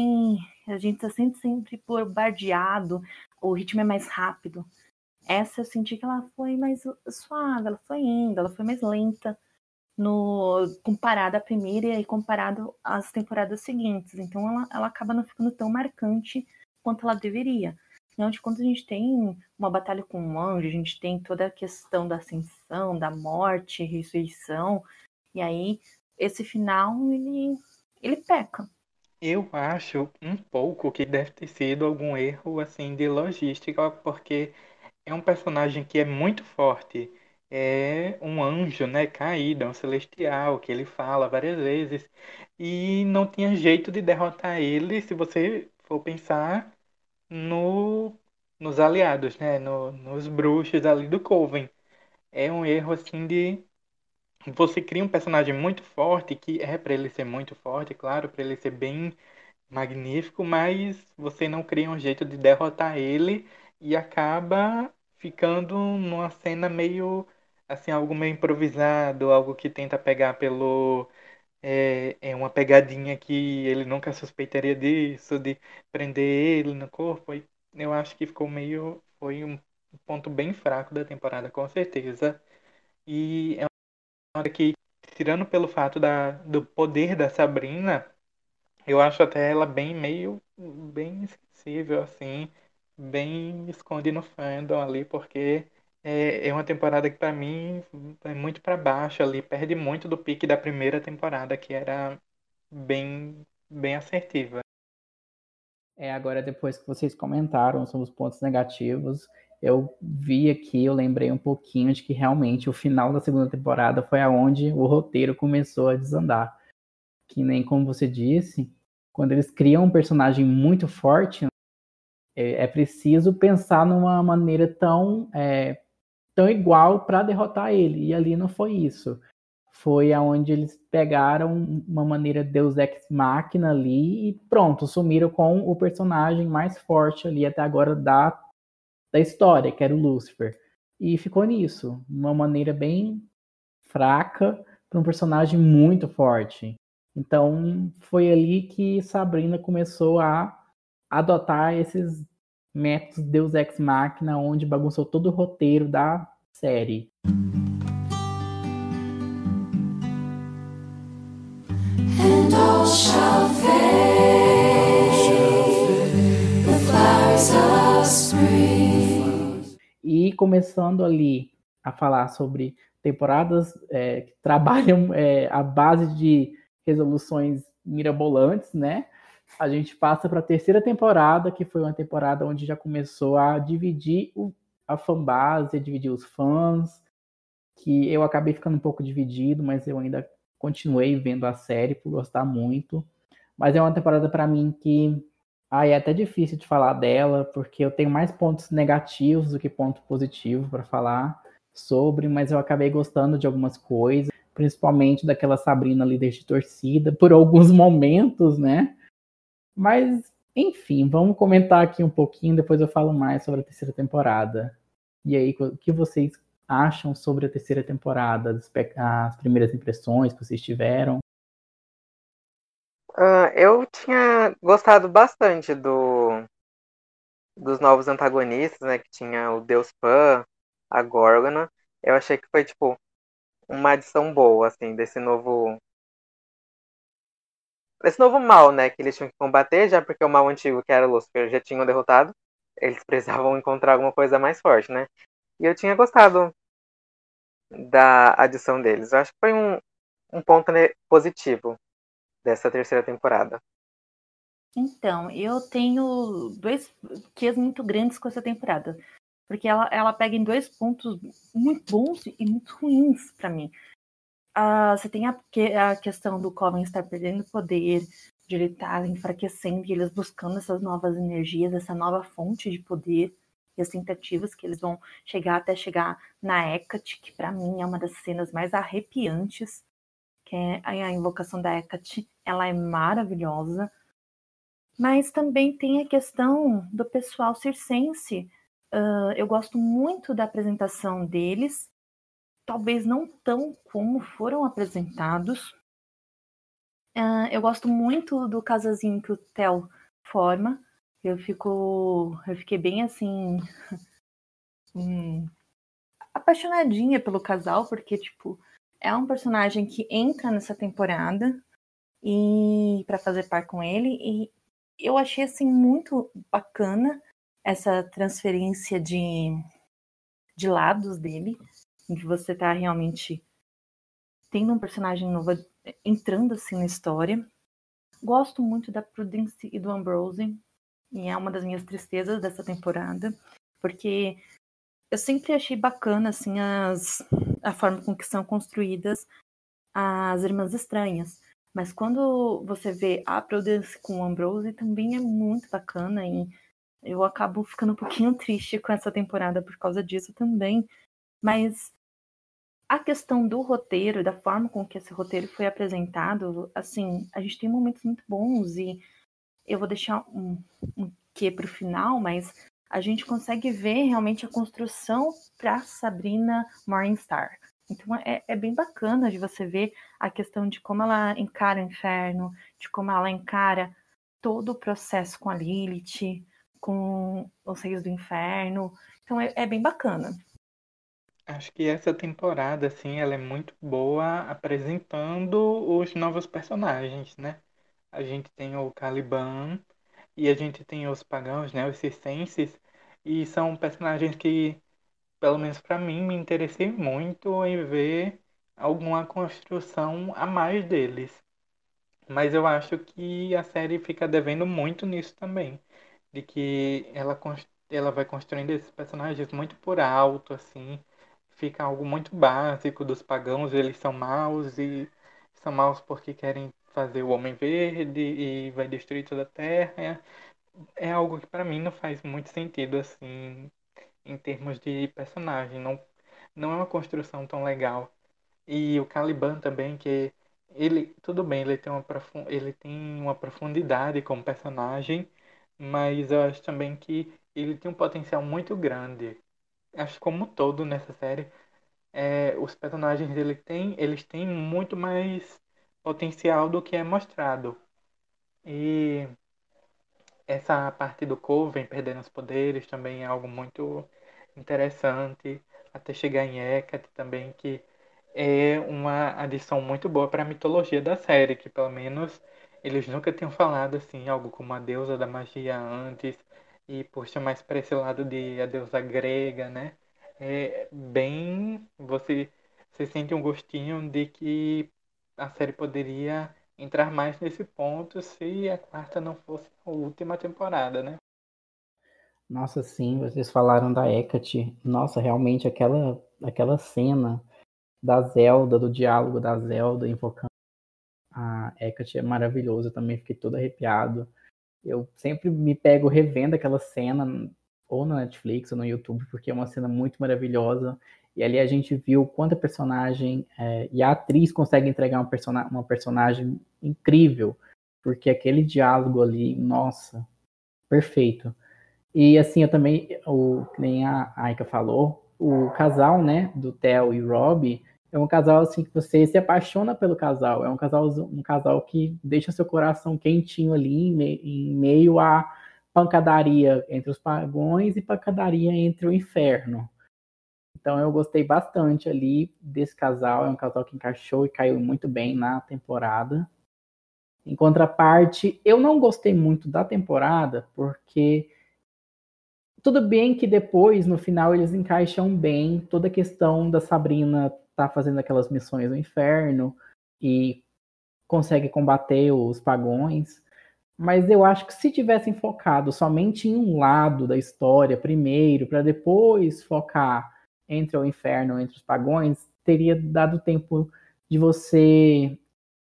tá sempre bombardeado, o ritmo é mais rápido. Essa eu senti que ela foi mais suave, ela foi indo, ela foi mais lenta comparado à primeira e comparado às temporadas seguintes. Então ela acaba não ficando tão marcante quanto ela deveria. Afinal de contas, a gente tem uma batalha com um anjo, a gente tem toda a questão da ascensão, da morte, ressurreição, e aí esse final ele peca. Eu acho um pouco que deve ter sido algum erro assim de logística, porque é um personagem que é muito forte. É um anjo, né, caído, é um celestial, que ele fala várias vezes. E não tinha jeito de derrotar ele se você for pensar no, nos aliados, né, nos bruxos ali do Coven. É um erro, assim, de... Você cria um personagem muito forte, que é para ele ser muito forte, claro, para ele ser bem magnífico, mas você não cria um jeito de derrotar ele e acaba ficando numa cena meio assim, algo meio improvisado, algo que tenta pegar pelo uma pegadinha que ele nunca suspeitaria disso, de prender ele no corpo. eu acho que foi um ponto bem fraco da temporada, com certeza. E é uma hora que, tirando pelo fato do poder da Sabrina, eu acho até ela bem esquecível, assim, bem esconde no fandom ali, porque é uma temporada que pra mim é muito pra baixo ali, perde muito do pique da primeira temporada, que era bem assertiva. Agora, depois que vocês comentaram sobre os pontos negativos, eu vi aqui, eu lembrei um pouquinho de que realmente o final da segunda temporada foi aonde o roteiro começou a desandar. Que nem como você disse, quando eles criam um personagem muito forte, é preciso pensar numa maneira tão igual para derrotar ele. E ali não foi isso. Foi aonde eles pegaram uma maneira Deus Ex Machina ali e pronto, sumiram com o personagem mais forte ali até agora da história, que era o Lúcifer. E ficou nisso, uma maneira bem fraca para um personagem muito forte. Então foi ali que Sabrina começou a adotar esses métodos Deus Ex Machina, onde bagunçou todo o roteiro da série. And all shall fade, the flowers of spring. E começando ali a falar sobre temporadas que trabalham à base de resoluções mirabolantes, né? A gente passa para a terceira temporada, que foi uma temporada onde já começou a dividir a fanbase, a dividir os fãs, que eu acabei ficando um pouco dividido, mas eu ainda continuei vendo a série por gostar muito. Mas é uma temporada para mim que é até difícil de falar dela, porque eu tenho mais pontos negativos do que ponto positivo para falar sobre, mas eu acabei gostando de algumas coisas, principalmente daquela Sabrina líder de torcida, por alguns momentos, né? Mas, enfim, vamos comentar aqui um pouquinho, depois eu falo mais sobre a terceira temporada. E aí, o que vocês acham sobre a terceira temporada, as primeiras impressões que vocês tiveram? Eu tinha gostado bastante dos novos antagonistas, né? Que tinha o Deus Pan, a Górgona. Eu achei que foi, tipo, uma adição boa, assim, desse novo mal, né? Que eles tinham que combater, já porque o mal antigo, que era o Lúcifer, já tinham derrotado. Eles precisavam encontrar alguma coisa mais forte, né? E eu tinha gostado da adição deles. Eu acho que foi um ponto positivo dessa terceira temporada. Então, eu tenho dois quês muito grandes com essa temporada. Porque ela pega em dois pontos muito bons e muito ruins pra mim. Você tem a questão do Coven estar perdendo poder, de ele estar enfraquecendo e eles buscando essas novas energias, essa nova fonte de poder e as tentativas que eles vão até chegar na Hecate, que pra mim é uma das cenas mais arrepiantes, que é a invocação da Hecate. Ela é maravilhosa. Mas também tem a questão do pessoal circense. Eu gosto muito da apresentação deles, talvez não tão como foram apresentados. Eu gosto muito do casazinho que o Theo forma. Eu fiquei bem assim apaixonadinha pelo casal, porque tipo é um personagem que entra nessa temporada e para fazer par com ele, e eu achei assim muito bacana essa transferência de lados dele, em que você tá realmente tendo um personagem novo entrando assim na história. Gosto muito da Prudence e do Ambrose, e é uma das minhas tristezas dessa temporada, porque eu sempre achei bacana assim a forma com que são construídas as Irmãs Estranhas. Mas quando você vê a Prudence com o Ambrose, também é muito bacana, e eu acabo ficando um pouquinho triste com essa temporada por causa disso também. Mas a questão do roteiro, da forma com que esse roteiro foi apresentado, assim, a gente tem momentos muito bons, e eu vou deixar um quê pro final, mas a gente consegue ver realmente a construção para Sabrina Morningstar. Então é bem bacana de você ver a questão de como ela encara o inferno, de como ela encara todo o processo com a Lilith, com os reis do inferno. Então é bem bacana. Acho que essa temporada, assim, ela é muito boa apresentando os novos personagens, né? A gente tem o Caliban e a gente tem os pagãos, né? Os circenses. E são personagens que, pelo menos para mim, me interessei muito em ver alguma construção a mais deles. Mas eu acho que a série fica devendo muito nisso também. De que ela vai construindo esses personagens muito por alto, assim. Fica algo muito básico dos pagãos, eles são maus e são maus porque querem fazer o Homem Verde e vai destruir toda a Terra. É algo que para mim não faz muito sentido, assim, em termos de personagem. Não é uma construção tão legal. E o Caliban também, que ele, tudo bem, ele tem uma profundidade como personagem, mas eu acho também que ele tem um potencial muito grande. Acho que como um todo nessa série, os personagens eles têm muito mais potencial do que é mostrado. E essa parte do Coven perdendo os poderes também é algo muito interessante, até chegar em Hecate também, que é uma adição muito boa para a mitologia da série, que pelo menos eles nunca tinham falado assim, algo como a deusa da magia antes, e puxa mais para esse lado de a deusa grega, né? É bem. Você sente um gostinho de que a série poderia entrar mais nesse ponto se a quarta não fosse a última temporada, né? Nossa, sim, vocês falaram da Hecate. Nossa, realmente aquela cena da Zelda, do diálogo da Zelda invocando a Hecate é maravilhoso. Eu também fiquei todo arrepiado. Eu sempre me pego revendo aquela cena, ou na Netflix ou no YouTube, porque é uma cena muito maravilhosa. E ali a gente viu quanta personagem e a atriz consegue entregar uma personagem incrível, porque aquele diálogo ali, nossa, perfeito. E assim, eu também, que nem a Aika falou, o casal, né, do Theo e Robbie, é um casal assim que você se apaixona pelo casal. É um casal que deixa seu coração quentinho ali em meio à pancadaria entre os pagões e pancadaria entre o inferno. Então eu gostei bastante ali desse casal. É um casal que encaixou e caiu muito bem na temporada. Em contraparte, eu não gostei muito da temporada porque tudo bem que depois, no final, eles encaixam bem toda a questão da Sabrina tá fazendo aquelas missões no inferno e consegue combater os pagões. Mas eu acho que se tivessem focado somente em um lado da história primeiro, para depois focar entre o inferno e entre os pagões, teria dado tempo de você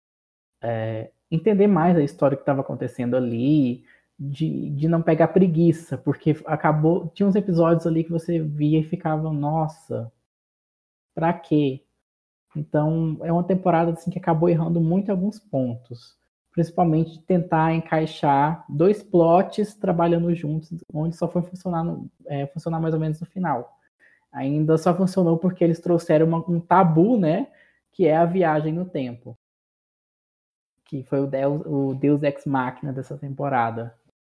entender mais a história que estava acontecendo ali, de não pegar preguiça, porque acabou. Tinha uns episódios ali que você via e ficava, nossa, pra quê? Então, é uma temporada assim, que acabou errando muito em alguns pontos. Principalmente de tentar encaixar dois plots trabalhando juntos, onde só foi funcionar mais ou menos no final. Ainda só funcionou porque eles trouxeram um tabu, né? Que é a viagem no tempo. Que foi o Deus Ex Machina dessa temporada.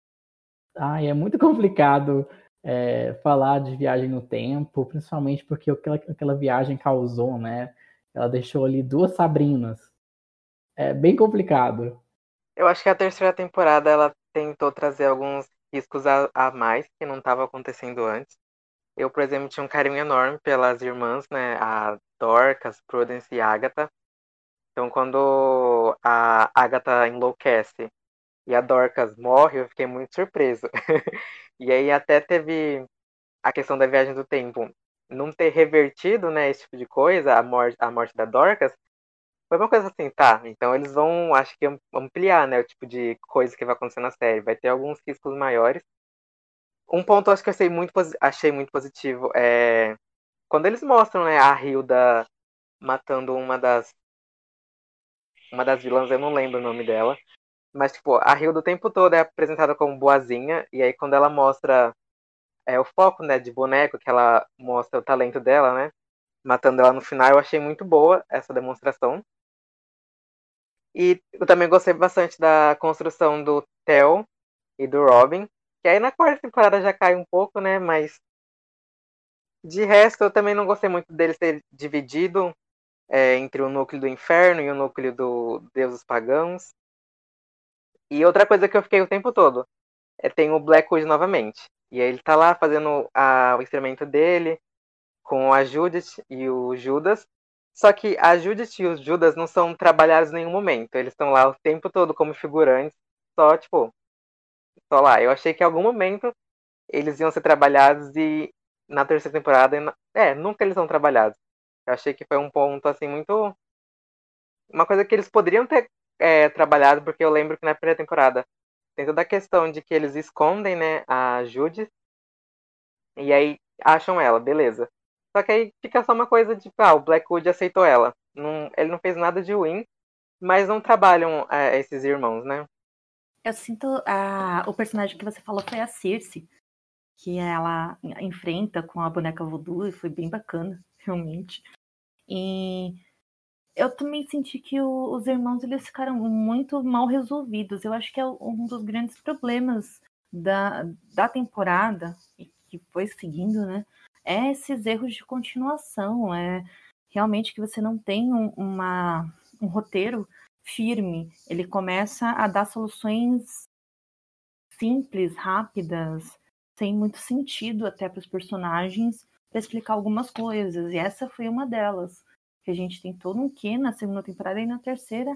É muito complicado falar de viagem no tempo, principalmente porque aquela viagem causou, né? Ela deixou ali duas Sabrinas. É bem complicado. Eu acho que a terceira temporada ela tentou trazer alguns riscos a mais que não estava acontecendo antes. Eu, por exemplo, tinha um carinho enorme pelas irmãs, né? A Dorcas, Prudence e Agatha. Então, quando a Agatha enlouquece e a Dorcas morre, eu fiquei muito surpreso. E aí até teve a questão da viagem do tempo não ter revertido, né, esse tipo de coisa, a morte da Dorcas, foi uma coisa assim, tá, então eles vão, acho que ampliar, né, o tipo de coisa que vai acontecer na série, vai ter alguns riscos maiores. Um ponto acho que eu achei muito positivo é quando eles mostram, né, a Hilda matando uma das vilãs, eu não lembro o nome dela, mas tipo, a Hilda o tempo todo é apresentada como boazinha, e aí quando ela mostra o foco, né, de boneco, que ela mostra o talento dela, né, matando ela no final, eu achei muito boa essa demonstração. E eu também gostei bastante da construção do Theo e do Robin. Que aí na quarta temporada já cai um pouco, né? Mas de resto, eu também não gostei muito dele ser dividido entre o núcleo do inferno e o núcleo do Deus dos Pagãos. E outra coisa que eu fiquei o tempo todo tem o Blackwood novamente. E aí ele tá lá fazendo o experimento dele com a Judith e o Judas. Só que a Judith e o Judas não são trabalhados em nenhum momento. Eles estão lá o tempo todo como figurantes, só, tipo, só lá. Eu achei que em algum momento eles iam ser trabalhados e na terceira temporada, nunca eles são trabalhados. Eu achei que foi um ponto, assim, muito... Uma coisa que eles poderiam ter trabalhado, porque eu lembro que na primeira temporada tem toda a questão de que eles escondem, né, a Judith e aí acham ela, beleza. Só que aí fica só uma coisa de, o Blackwood aceitou ela. Ele não fez nada de ruim, mas não trabalham esses irmãos, né? Eu sinto. O personagem que você falou foi a Circe, que ela enfrenta com a boneca voodoo, e foi bem bacana, realmente. E eu também senti que os irmãos eles ficaram muito mal resolvidos. Eu acho que é um dos grandes problemas da temporada, e que foi seguindo, né? É esses erros de continuação. É realmente que você não tem um roteiro firme. Ele começa a dar soluções simples, rápidas, sem muito sentido até para os personagens, para explicar algumas coisas. E essa foi uma delas. Que a gente tem todo um quê na segunda temporada e na terceira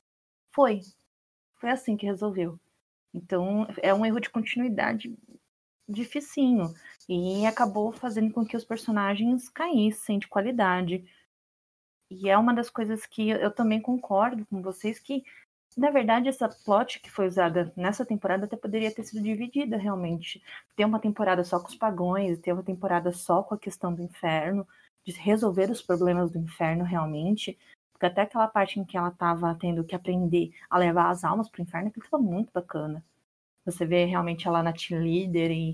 foi assim que resolveu. Então é um erro de continuidade dificinho e acabou fazendo com que os personagens caíssem de qualidade. E é uma das coisas que eu também concordo com vocês que, na verdade, essa plot que foi usada nessa temporada até poderia ter sido dividida realmente. Ter uma temporada só com os pagões, ter uma temporada só com a questão do inferno, de resolver os problemas do inferno realmente. Porque até aquela parte em que ela estava tendo que aprender a levar as almas para o inferno, aquilo foi muito bacana. Você vê realmente ela na team leader e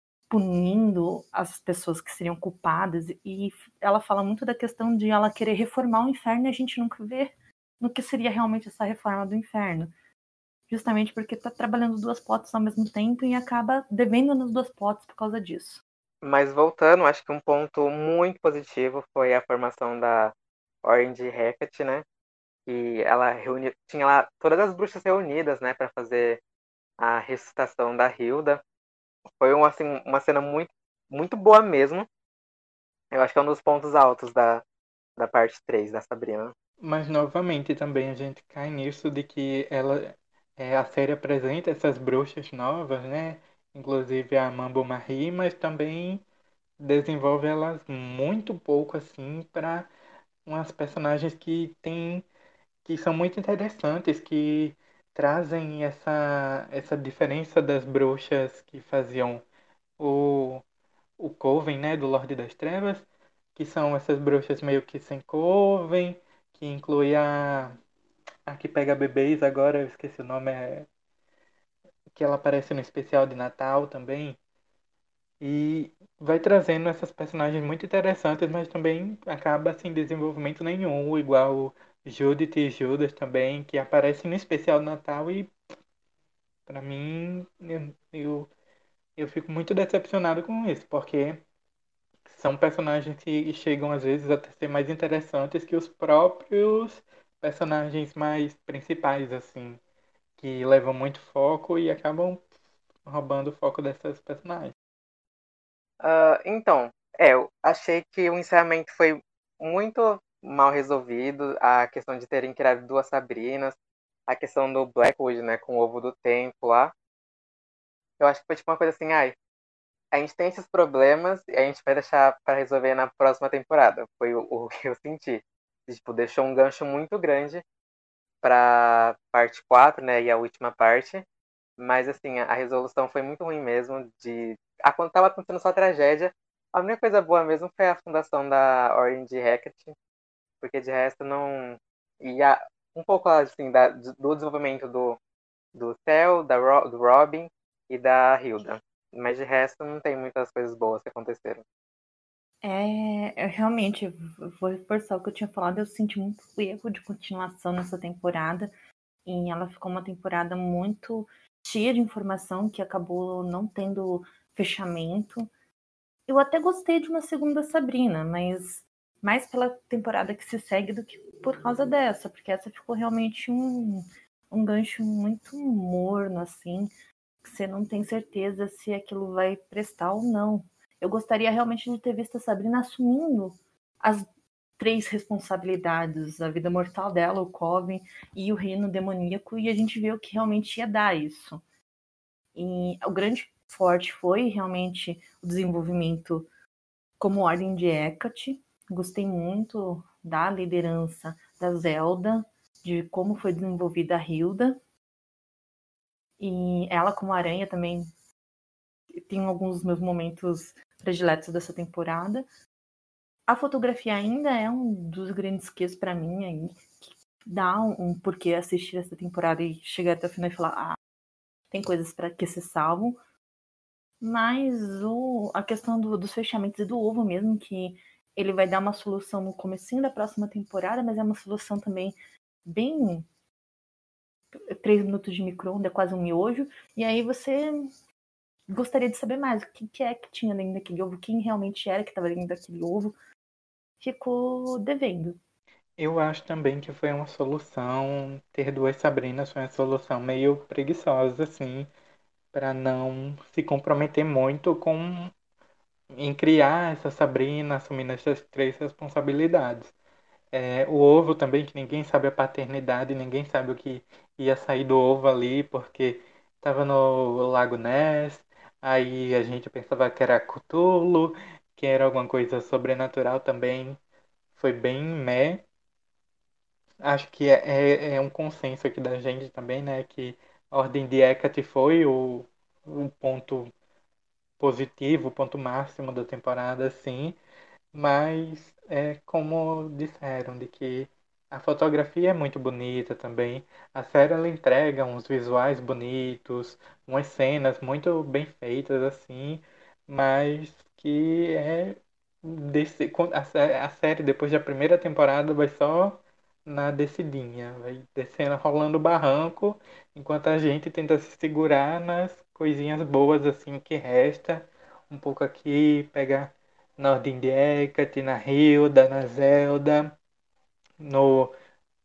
punindo as pessoas que seriam culpadas. E ela fala muito da questão de ela querer reformar o inferno e a gente nunca vê no que seria realmente essa reforma do inferno. Justamente porque tá trabalhando duas potes ao mesmo tempo e acaba devendo nas duas potes por causa disso. Mas voltando, acho que um ponto muito positivo foi a formação da Orange Hecate, né? E ela tinha lá todas as bruxas reunidas, né, para fazer a ressuscitação da Hilda. Foi assim, uma cena muito, muito boa mesmo. Eu acho que é um dos pontos altos da parte 3 da Sabrina. Mas novamente também a gente cai nisso de que a série apresenta essas bruxas novas, né? Inclusive a Mambo Marie, mas também desenvolve elas muito pouco assim para umas personagens que são muito interessantes, que trazem essa diferença das bruxas que faziam o, o Coven, né, do Lorde das Trevas, que são essas bruxas meio que sem Coven, que inclui a que pega bebês agora, eu esqueci o nome, que ela aparece no especial de Natal também. E vai trazendo essas personagens muito interessantes, mas também acaba sem desenvolvimento nenhum, igual Judith e Judas também, que aparecem no especial de Natal e pra mim eu fico muito decepcionado com isso, porque são personagens que chegam às vezes até ser mais interessantes que os próprios personagens mais principais, assim, que levam muito foco e acabam roubando o foco dessas personagens. Então, eu achei que o encerramento foi muito mal resolvido. A questão de terem criado duas Sabrinas, a questão do Blackwood, né, com o ovo do tempo lá. Eu acho que foi tipo uma coisa assim, a gente tem esses problemas e a gente vai deixar para resolver na próxima temporada. Foi o que eu senti. Tipo, deixou um gancho muito grande para parte 4, né, e a última parte. Mas, assim, a resolução foi muito ruim mesmo. Tava acontecendo só tragédia. A única coisa boa mesmo foi a fundação da Orange Hecate, porque de resto não... E um pouco, assim, do desenvolvimento do Theo, do Robin e da Hilda. Mas de resto não tem muitas coisas boas que aconteceram. Realmente, vou reforçar o que eu tinha falado, eu senti muito erro de continuação nessa temporada, e ela ficou uma temporada muito cheia de informação que acabou não tendo fechamento. Eu até gostei de uma segunda Sabrina, mas mais pela temporada que se segue do que por causa dessa, porque essa ficou realmente um gancho muito morno, assim, que você não tem certeza se aquilo vai prestar ou não. Eu gostaria realmente de ter visto a Sabrina assumindo as 3 responsabilidades, a vida mortal dela, o Coven e o reino demoníaco, e a gente vê o que realmente ia dar isso. E o grande forte foi realmente o desenvolvimento como ordem de Hecate. Gostei muito da liderança da Zelda, de como foi desenvolvida a Hilda. E ela como aranha também tem alguns dos meus momentos prediletos dessa temporada. A fotografia ainda é um dos grandes quês para mim aí, que dá um porquê assistir essa temporada e chegar até o final e falar, tem coisas para que se salvam. Mas a questão dos fechamentos e do ovo mesmo, que ele vai dar uma solução no comecinho da próxima temporada, mas é uma solução também bem 3 minutos de micro-ondas, é quase um miojo, e aí você gostaria de saber mais o que é que tinha dentro daquele ovo, quem realmente era que estava dentro daquele ovo. Ficou devendo. Eu acho também que foi uma solução, ter 2 Sabrinas foi uma solução meio preguiçosa, assim, para não se comprometer muito em criar essa Sabrina, assumindo essas 3 responsabilidades. O ovo também, que ninguém sabe a paternidade, ninguém sabe o que ia sair do ovo ali, porque estava no Lago Ness, aí a gente pensava que era Cthulhu, que era alguma coisa sobrenatural também, foi bem meh. Acho que é um consenso aqui da gente também, né, que a Ordem de Hecate foi o ponto positivo, o ponto máximo da temporada, sim. Mas é como disseram, de que a fotografia é muito bonita também. A série ela entrega uns visuais bonitos, umas cenas muito bem feitas assim, mas que a série depois da primeira temporada vai só na descidinha, vai descendo, rolando o barranco, enquanto a gente tenta se segurar nas coisinhas boas assim que resta, um pouco aqui, pegar na Ordem de Hecate, na Hilda, na Zelda, no,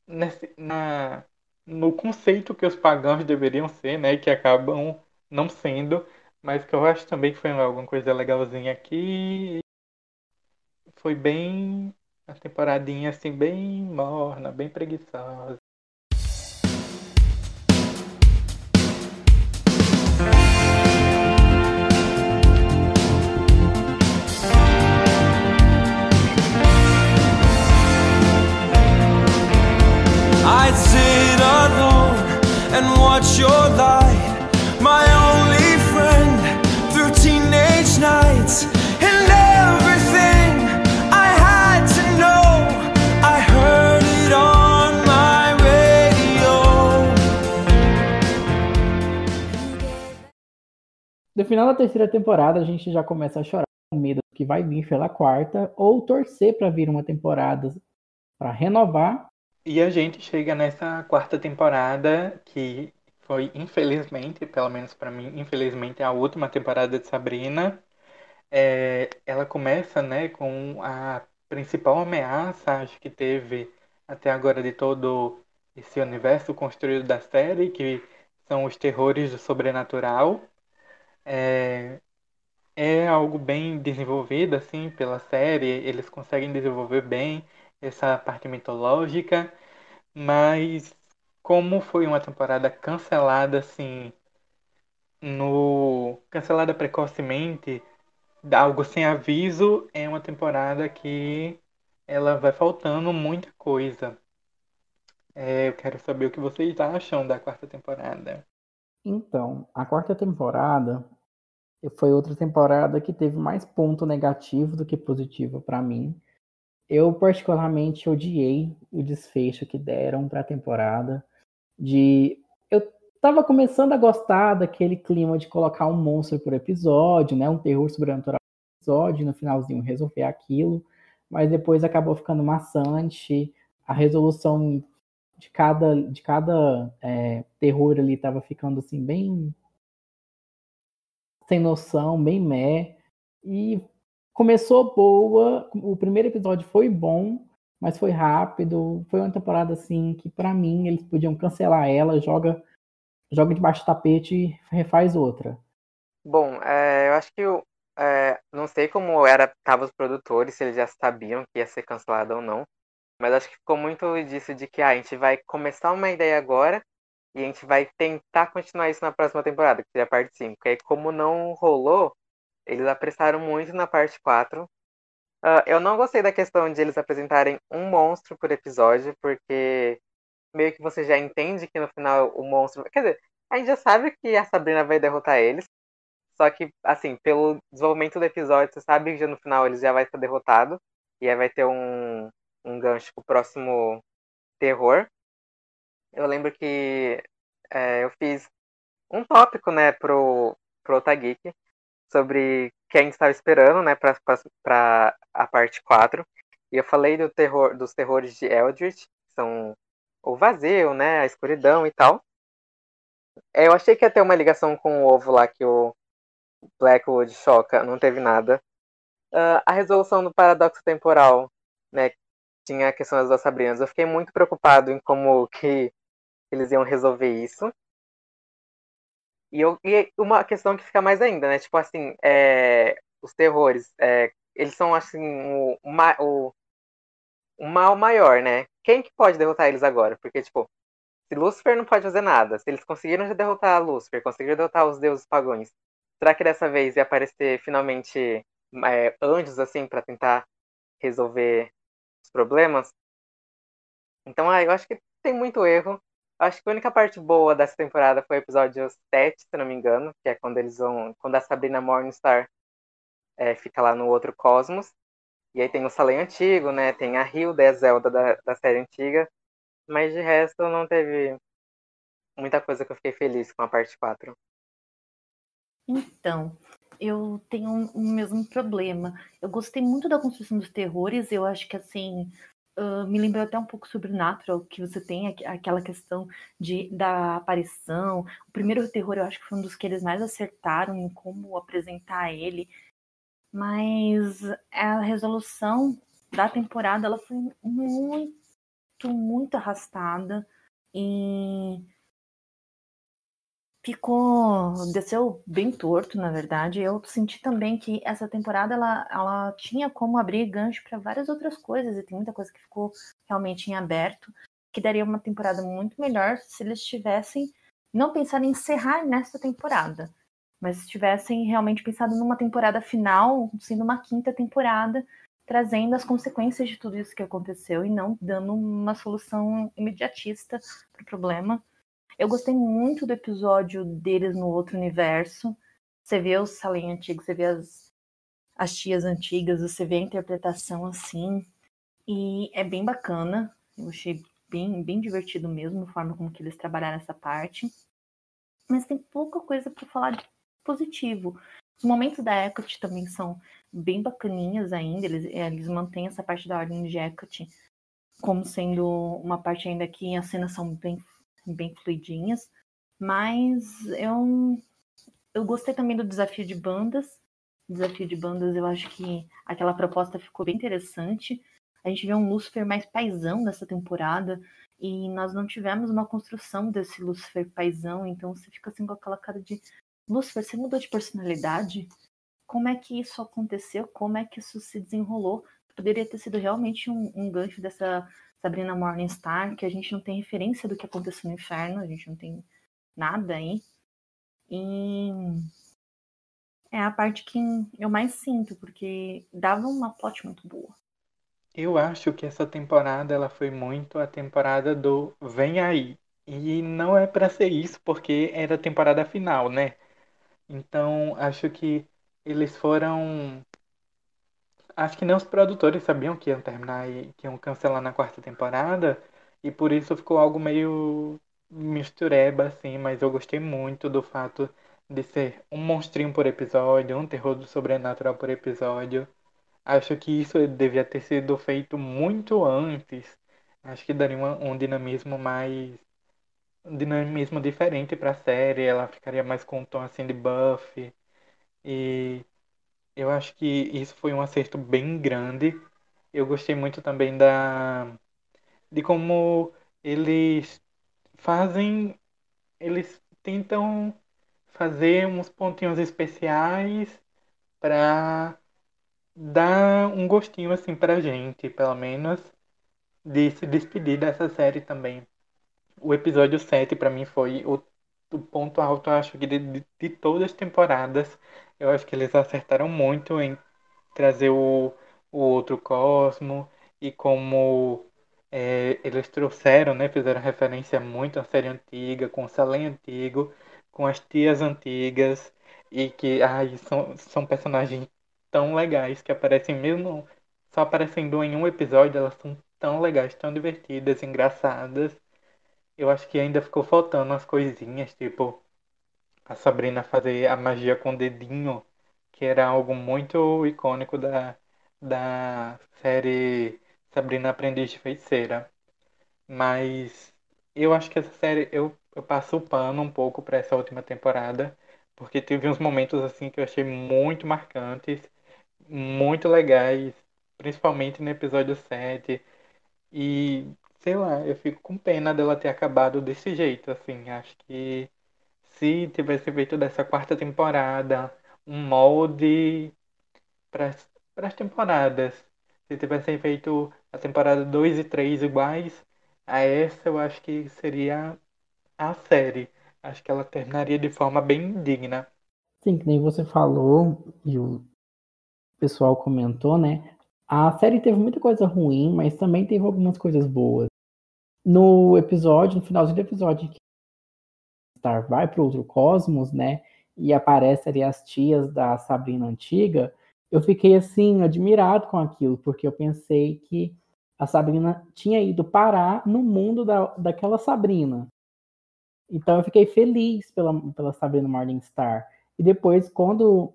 no conceito que os pagãos deveriam ser, né, que acabam não sendo, mas que eu acho também que foi alguma coisa legalzinha aqui. Foi bem a temporadinha assim, bem morna, bem preguiçosa. I'd sit alone and watch your light, my only friend through teenage nights, and everything I had to know, I heard it on my radio. No final da terceira temporada, a gente já começa a chorar com medo do que vai vir pela quarta, ou torcer para vir uma temporada para renovar. E a gente chega nessa quarta temporada, que foi, infelizmente, pelo menos para mim, infelizmente, a última temporada de Sabrina. Ela começa, né, com a principal ameaça, acho que teve até agora de todo esse universo construído da série, que são os terrores do sobrenatural. É algo bem desenvolvido, assim, pela série, eles conseguem desenvolver bem essa parte mitológica, mas como foi uma temporada cancelada, assim, cancelada precocemente, algo sem aviso, é uma temporada que ela vai faltando muita coisa. Eu quero saber o que vocês acham da quarta temporada. Então, a quarta temporada foi outra temporada que teve mais ponto negativo do que positivo para mim. Eu particularmente odiei o desfecho que deram para a temporada. Eu tava começando a gostar daquele clima de colocar um monstro por episódio, né, um terror sobrenatural por episódio, no finalzinho resolver aquilo, mas depois acabou ficando maçante. A resolução de cada terror ali tava ficando assim, bem sem noção, bem meh. E começou boa, o primeiro episódio foi bom, mas foi rápido. Foi uma temporada assim que, pra mim, eles podiam cancelar ela, joga debaixo do tapete e refaz outra. Bom, eu acho que não sei como tava os produtores, se eles já sabiam que ia ser cancelado ou não, mas acho que ficou muito disso de que a gente vai começar uma ideia agora e a gente vai tentar continuar isso na próxima temporada, que seria a parte 5. E aí, como não rolou, eles apressaram muito na parte 4. Eu não gostei da questão de eles apresentarem um monstro por episódio, porque meio que você já entende que no final o monstro. Quer dizer, a gente já sabe que a Sabrina vai derrotar eles. Só que, assim, pelo desenvolvimento do episódio, você sabe que já no final eles já vai ser derrotado. E aí vai ter um gancho pro próximo terror. Eu lembro que eu fiz um tópico, né, pro Otageek sobre quem estava esperando, né, pra a parte 4. E eu falei dos terrores de Eldritch, que são o vazio, né, a escuridão e tal. Eu achei que ia ter uma ligação com o ovo lá que o Blackwood choca, não teve nada. A resolução do paradoxo temporal, né, tinha a questão das duas Sabrinas. Eu fiquei muito preocupado em como que eles iam resolver isso. E uma questão que fica mais ainda, né? Tipo assim, os terrores, eles são assim o mal maior, né? Quem que pode derrotar eles agora? Porque, tipo, se Lúcifer não pode fazer nada, se eles conseguiram já derrotar Lúcifer, conseguiram derrotar os deuses pagãos, será que dessa vez ia aparecer finalmente anjos, assim, pra tentar resolver os problemas? Então, eu acho que tem muito erro. Acho que a única parte boa dessa temporada foi o episódio 7, se não me engano, que é quando a Sabrina Morningstar fica lá no outro cosmos. E aí tem o Salem antigo, né? Tem a Hilda e a Zelda da série antiga. Mas de resto não teve muita coisa que eu fiquei feliz com a parte 4. Então, eu tenho o mesmo problema. Eu gostei muito da construção dos terrores. Eu acho que, assim, me lembrou até um pouco Supernatural, que você tem aquela questão da aparição. O primeiro terror, eu acho que foi um dos que eles mais acertaram em como apresentar ele. Mas a resolução da temporada, ela foi muito, muito arrastada. E desceu bem torto, na verdade. Eu senti também que essa temporada ela tinha como abrir gancho para várias outras coisas, e tem muita coisa que ficou realmente em aberto, que daria uma temporada muito melhor se eles tivessem não pensado em encerrar nessa temporada, mas se tivessem realmente pensado numa temporada final, sendo uma quinta temporada, trazendo as consequências de tudo isso que aconteceu e não dando uma solução imediatista para o problema. Eu gostei muito do episódio deles no outro universo. Você vê o Salem antigo, você vê as tias antigas, você vê a interpretação assim. E é bem bacana. Eu achei bem, bem divertido mesmo, a forma como que eles trabalharam essa parte. Mas tem pouca coisa para falar de positivo. Os momentos da Hecate também são bem bacaninhas ainda. Eles mantêm essa parte da ordem de Hecate como sendo uma parte ainda que as cenas são bem fluidinhas, mas eu gostei também do desafio de bandas. O desafio de bandas, eu acho que aquela proposta ficou bem interessante. A gente vê um Lúcifer mais paizão nessa temporada, e nós não tivemos uma construção desse Lúcifer paizão, então você fica assim com aquela cara de Lúcifer, você mudou de personalidade? Como é que isso aconteceu? Como é que isso se desenrolou? Poderia ter sido realmente um gancho dessa Sabrina Morningstar, que a gente não tem referência do que aconteceu no inferno, a gente não tem nada aí. E é a parte que eu mais sinto, porque dava uma plot muito boa. Eu acho que essa temporada ela foi muito a temporada do Vem Aí. E não é pra ser isso, porque era a temporada final, né? Então, acho que eles foram... Acho que nem os produtores sabiam que iam terminar e que iam cancelar na quarta temporada. E por isso ficou algo meio mistureba, assim. Mas eu gostei muito do fato de ser um monstrinho por episódio, um terror do sobrenatural por episódio. Acho que isso devia ter sido feito muito antes Acho que daria um dinamismo diferente pra série, ela ficaria mais com um tom assim de Buffy. E eu acho que isso foi um acerto bem grande. Eu gostei muito também de como eles fazem, eles tentam fazer uns pontinhos especiais pra dar um gostinho assim pra gente, pelo menos, de se despedir dessa série também. O episódio 7 pra mim foi o ponto alto, eu acho que de todas as temporadas. Eu acho que eles acertaram muito em trazer o outro Cosmo e como eles trouxeram, né, fizeram referência muito à série antiga, com o Salem antigo, com as tias antigas e que são personagens tão legais que aparecem mesmo só aparecendo em um episódio, elas são tão legais, tão divertidas, engraçadas. Eu acho que ainda ficou faltando umas coisinhas, tipo a Sabrina fazer a magia com o dedinho, que era algo muito icônico da série Sabrina Aprendiz de Feiticeira. Mas eu acho que essa série, eu passo o pano um pouco para essa última temporada, porque teve uns momentos assim que eu achei muito marcantes, muito legais, principalmente no episódio 7. E, sei lá, eu fico com pena dela ter acabado desse jeito, assim. Acho que se tivesse feito dessa quarta temporada um molde para as temporadas, se tivessem feito a temporada 2 e 3 iguais a essa, eu acho que seria a série. Acho que ela terminaria de forma bem digna. Sim, que nem você falou e o pessoal comentou, né? A série teve muita coisa ruim, mas também teve algumas coisas boas. No finalzinho do episódio, que Star vai para outro cosmos, né? E aparece ali as tias da Sabrina antiga. Eu fiquei assim, admirado com aquilo, porque eu pensei que a Sabrina tinha ido parar no mundo daquela Sabrina. Então eu fiquei feliz pela Sabrina Morningstar. E depois, quando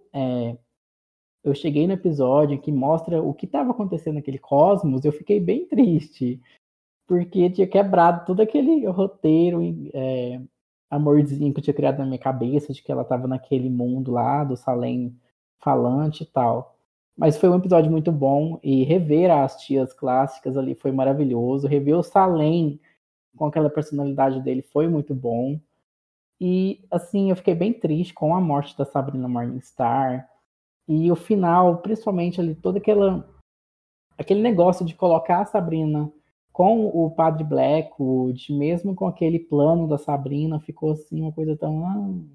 eu cheguei no episódio que mostra o que estava acontecendo naquele cosmos, eu fiquei bem triste, porque tinha quebrado todo aquele roteiro, amorzinho que eu tinha criado na minha cabeça, de que ela estava naquele mundo lá, do Salem falante e tal. Mas foi um episódio muito bom, e rever as tias clássicas ali foi maravilhoso, rever o Salem com aquela personalidade dele foi muito bom. E, assim, eu fiquei bem triste com a morte da Sabrina Morningstar. E o final, principalmente ali, aquele negócio de colocar a Sabrina com o Padre Blackwood, mesmo com aquele plano da Sabrina, ficou assim uma coisa tão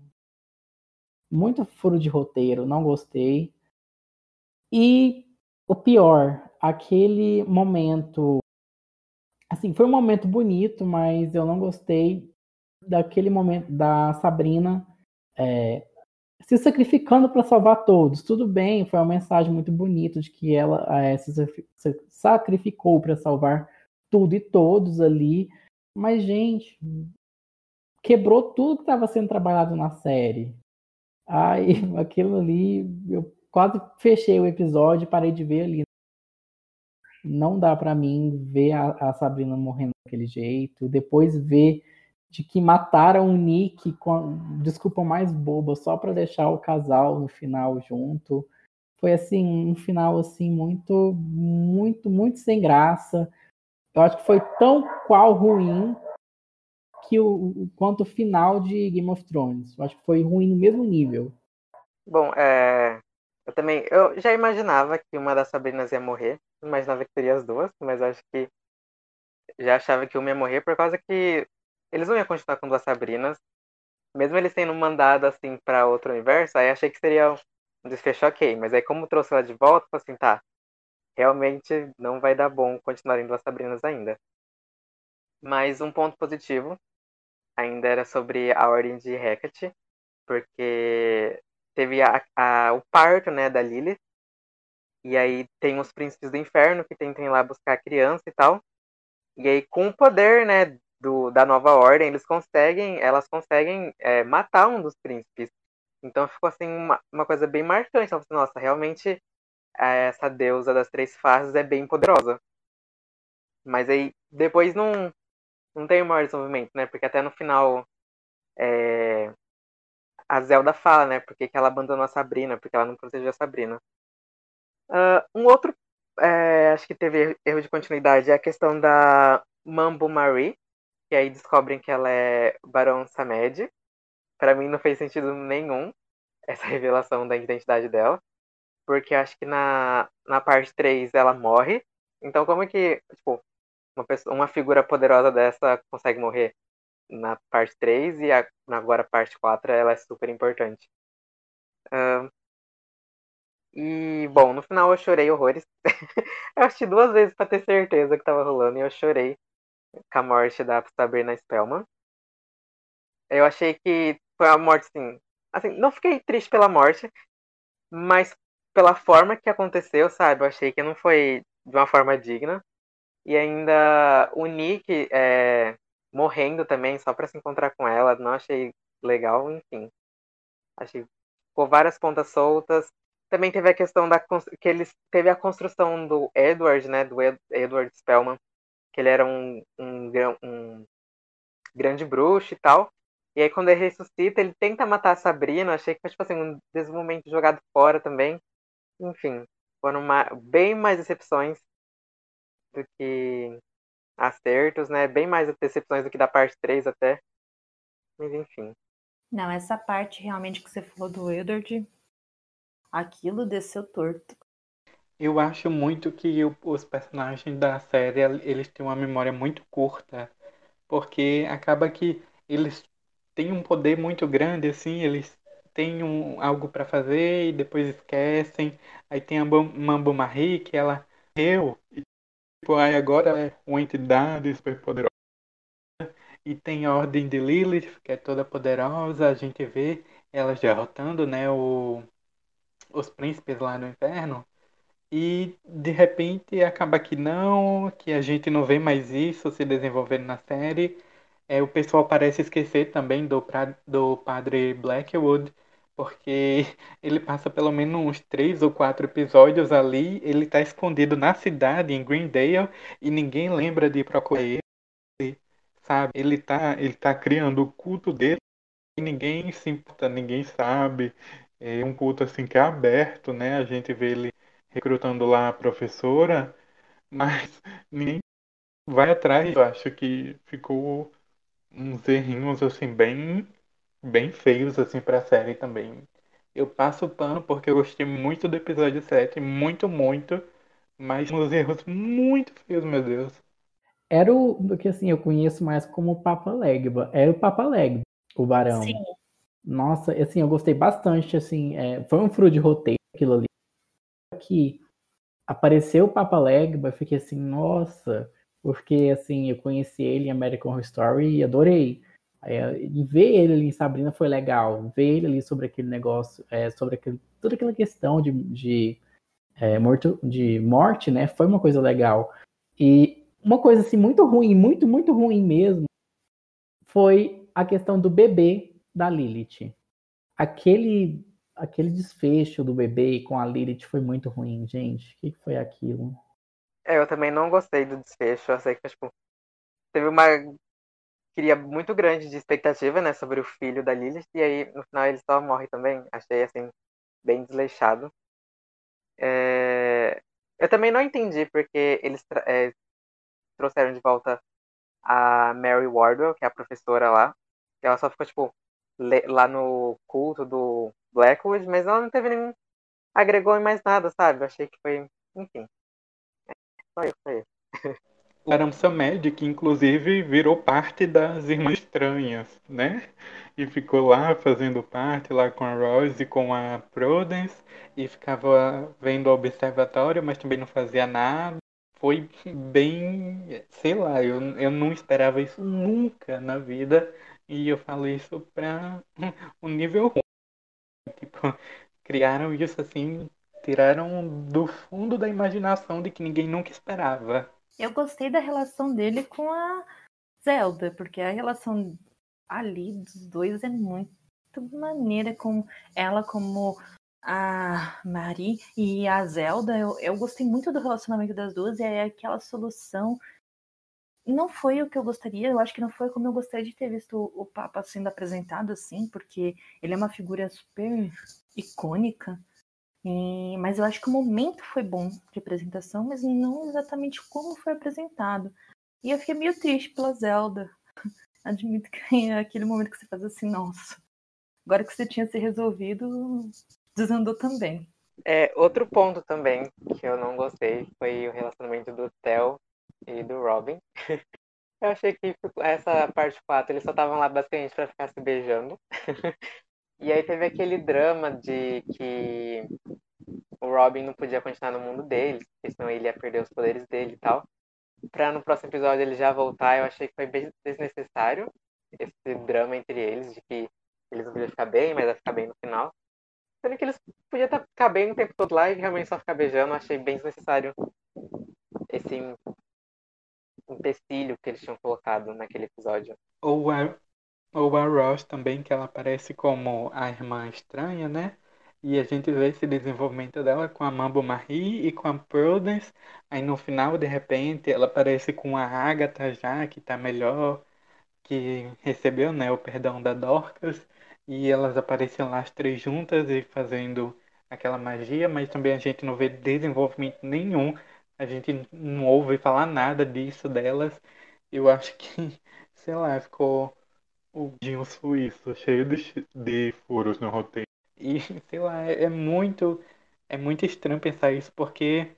muito furo de roteiro, não gostei. E o pior, aquele momento, assim, foi um momento bonito, mas eu não gostei daquele momento da Sabrina se sacrificando para salvar todos. Tudo bem, foi uma mensagem muito bonita de que ela se sacrificou para salvar tudo e todos ali. Mas, gente, quebrou tudo que estava sendo trabalhado na série. Aí, aquilo ali, eu quase fechei o episódio e parei de ver ali. Não dá para mim ver a Sabrina morrendo daquele jeito, depois ver de que mataram o Nick com a desculpa mais boba só para deixar o casal no final junto. Foi assim, um final assim muito, muito, muito sem graça. Eu acho que foi tão qual ruim que quanto o final de Game of Thrones. Eu acho que foi ruim no mesmo nível. Bom, eu já imaginava que uma das Sabrinas ia morrer. Imaginava que teria as duas, mas acho que já achava que uma ia morrer por causa que eles não iam continuar com duas Sabrinas. Mesmo eles tendo mandado assim pra outro universo, aí achei que seria um desfecho ok. Mas aí como trouxe ela de volta, falei assim, tá, realmente não vai dar bom continuarem duas Sabrinas ainda. Mas um ponto positivo ainda era sobre a Ordem de Hecate, porque teve o parto, né, da Lilith, e aí tem os príncipes do inferno que tentam ir lá buscar a criança e tal. E aí, com o poder, né, da nova ordem, elas conseguem matar um dos príncipes. Então ficou assim uma coisa bem marcante. Então, assim, nossa, realmente essa deusa das três faces é bem poderosa. Mas aí depois não tem o maior desenvolvimento, né? Porque até no final a Zelda fala, né? Porque que ela abandonou a Sabrina, porque ela não protegeu a Sabrina. Um outro, acho que teve erro de continuidade, é a questão da Mambo Marie, que aí descobrem que ela é Barão Samedi. Pra mim não fez sentido nenhum essa revelação da identidade dela, porque acho que na parte 3 ela morre. Então como é que, tipo, uma figura poderosa dessa consegue morrer na parte 3 e agora a parte 4 ela é super importante. E, bom, no final eu chorei horrores. Eu assisti 2 vezes pra ter certeza que tava rolando e eu chorei com a morte da Sabrina Spellman. Eu achei que foi uma morte, assim, não fiquei triste pela morte, mas pela forma que aconteceu, sabe? Eu achei que não foi de uma forma digna. E ainda o Nick morrendo também, só pra se encontrar com ela, não achei legal, enfim. Achei que ficou várias pontas soltas. Também teve a questão que eles teve a construção do Edward, né? Do Edward Spellman, que ele era um grande bruxo e tal. E aí quando ele ressuscita, ele tenta matar a Sabrina. Achei que foi tipo assim, um desenvolvimento jogado fora também. Enfim, foram bem mais decepções do que acertos, né? Bem mais decepções do que da parte 3 até. Mas enfim. Não, essa parte realmente que você falou do Edward, aquilo desceu torto. Eu acho muito que os personagens da série, eles têm uma memória muito curta, porque acaba que eles têm um poder muito grande, assim, eles têm algo para fazer e depois esquecem. Aí tem a Mambo Marie, que ela eu, tipo, aí agora ela é uma entidade super poderosa. E tem a Ordem de Lilith, que é toda poderosa, a gente vê elas derrotando, né, os príncipes lá no inferno. E de repente acaba que não, que a gente não vê mais isso se desenvolvendo na série. O pessoal parece esquecer também do padre Blackwood, porque ele passa pelo menos uns 3 ou 4 episódios ali, ele tá escondido na cidade, em Greendale, e ninguém lembra de procurar ele, sabe? Ele tá criando o culto dele e ninguém se importa, ninguém sabe. É um culto assim que é aberto, né? A gente vê ele recrutando lá a professora, mas ninguém vai atrás. Eu acho que ficou uns errinhos assim bem feios assim para a série também. Eu passo o pano porque eu gostei muito do episódio 7, muito, muito, mas uns erros muito feios, meu Deus. Era o que assim, eu conheço mais como Papa Legba. Era o Papa Legba, o Barão. Sim. Nossa, assim, eu gostei bastante, assim, foi um furo de roteiro aquilo ali. Que apareceu o Papa Legba, eu fiquei assim, nossa, porque assim, eu conheci ele em American Horror Story e adorei. E ver ele ali em Sabrina foi legal, ver ele ali sobre aquele negócio, sobre toda aquela questão de morte, né, foi uma coisa legal. E uma coisa assim, muito ruim, muito, muito ruim mesmo, foi a questão do bebê da Lilith. Aquele desfecho do bebê com a Lilith foi muito ruim, gente. O que foi aquilo? Eu também não gostei do desfecho. Eu sei que, tipo, teve uma cria muito grande de expectativa, né, sobre o filho da Lilith, e aí no final ele só morre também. Achei, assim, bem desleixado. Eu também não entendi porque eles trouxeram de volta a Mary Wardwell, que é a professora lá. Ela só ficou, tipo, lá no culto do Blackwood, mas ela não teve nenhum. Agregou em mais nada, sabe? Eu achei que foi. Enfim. Só isso aí. O Aram Samedi, que inclusive virou parte das Irmãs Estranhas, né? E ficou lá fazendo parte lá com a Rose e com a Prudence e ficava vendo o observatório, mas também não fazia nada. Foi bem, sei lá, eu não esperava isso nunca na vida e eu falo isso para um nível ruim. Tipo, criaram isso assim, tiraram do fundo da imaginação de que ninguém nunca esperava. Eu gostei da relação dele com a Zelda, porque a relação ali dos dois é muito maneira, com ela como a Marie e a Zelda. Eu gostei muito do relacionamento das duas, e é aquela solução não foi o que eu gostaria, eu acho que não foi como eu gostaria de ter visto o Papa sendo apresentado assim, porque ele é uma figura super icônica, mas eu acho que o momento foi bom de apresentação, mas não exatamente como foi apresentado. E eu fiquei meio triste pela Zelda. Admito que é aquele momento que você faz assim, nossa, agora que você tinha se resolvido, desandou também. Outro ponto também que eu não gostei foi o relacionamento do Theo e do Robin. Eu achei que essa parte 4 eles só estavam lá basicamente pra ficar se beijando. E aí teve aquele drama de que o Robin não podia continuar no mundo deles, porque senão ele ia perder os poderes dele e tal. Pra no próximo episódio ele já voltar, eu achei que foi bem desnecessário esse drama entre eles, de que eles não podiam ficar bem, mas ia ficar bem no final. Sendo que eles podiam ficar bem o tempo todo lá e realmente só ficar beijando, eu achei bem desnecessário esse empecilho que eles tinham colocado naquele episódio. Ou a Ross também, que ela aparece como a irmã estranha, né? E a gente vê esse desenvolvimento dela com a Mambo Marie e com a Prudence. Aí no final, de repente, ela aparece com a Agatha já, que tá melhor, que recebeu, né, o perdão da Dorcas. E elas aparecem lá as três juntas e fazendo aquela magia, mas também a gente não vê desenvolvimento nenhum. A gente não ouve falar nada disso delas. Eu acho que, sei lá, ficou o Dinho Suíço, cheio de furos no roteiro. E, sei lá, é muito estranho pensar isso, porque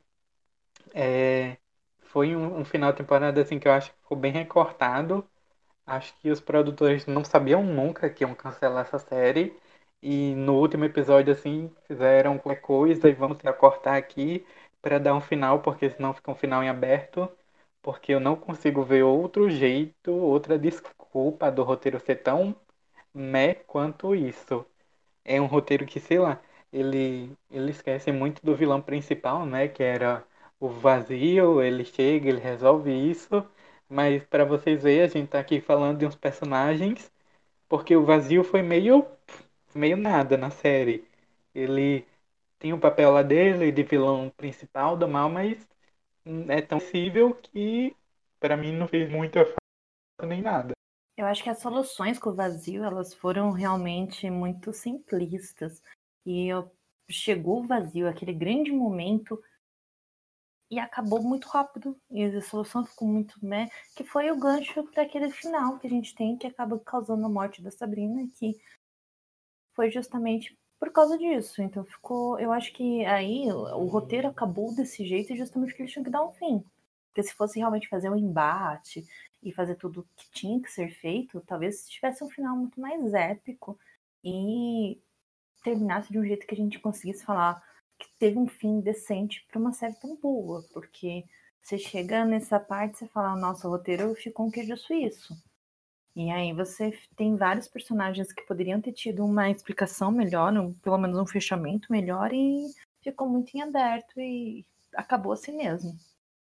foi um final de temporada assim que eu acho que ficou bem recortado. Acho que os produtores não sabiam nunca que iam cancelar essa série. E no último episódio, assim, fizeram qualquer coisa e vamos cortar aqui para dar um final, porque senão fica um final em aberto. Porque eu não consigo ver outro jeito, outra desculpa do roteiro ser tão meh quanto isso. É um roteiro que, sei lá, ele esquece muito do vilão principal, né? Que era o vazio, ele chega, ele resolve isso. Mas para vocês verem, a gente tá aqui falando de uns personagens, porque o vazio foi meio nada na série. Ele tem o papel lá dele de vilão principal do mal, mas é tão possível que para mim não fez muita falta nem nada. Eu acho que as soluções com o vazio, elas foram realmente muito simplistas. Chegou o vazio, aquele grande momento, e acabou muito rápido. E a solução ficou muito que foi o gancho para aquele final que a gente tem, que acaba causando a morte da Sabrina, que foi justamente por causa disso. Então eu acho que aí o roteiro acabou desse jeito justamente porque eles tinham que dar um fim. Porque se fosse realmente fazer um embate e fazer tudo que tinha que ser feito, talvez tivesse um final muito mais épico e terminasse de um jeito que a gente conseguisse falar que teve um fim decente para uma série tão boa, porque você chega nessa parte e você fala, nossa, o roteiro ficou um queijo suíço. E aí você tem vários personagens que poderiam ter tido uma explicação melhor, pelo menos um fechamento melhor, e ficou muito em aberto e acabou assim mesmo.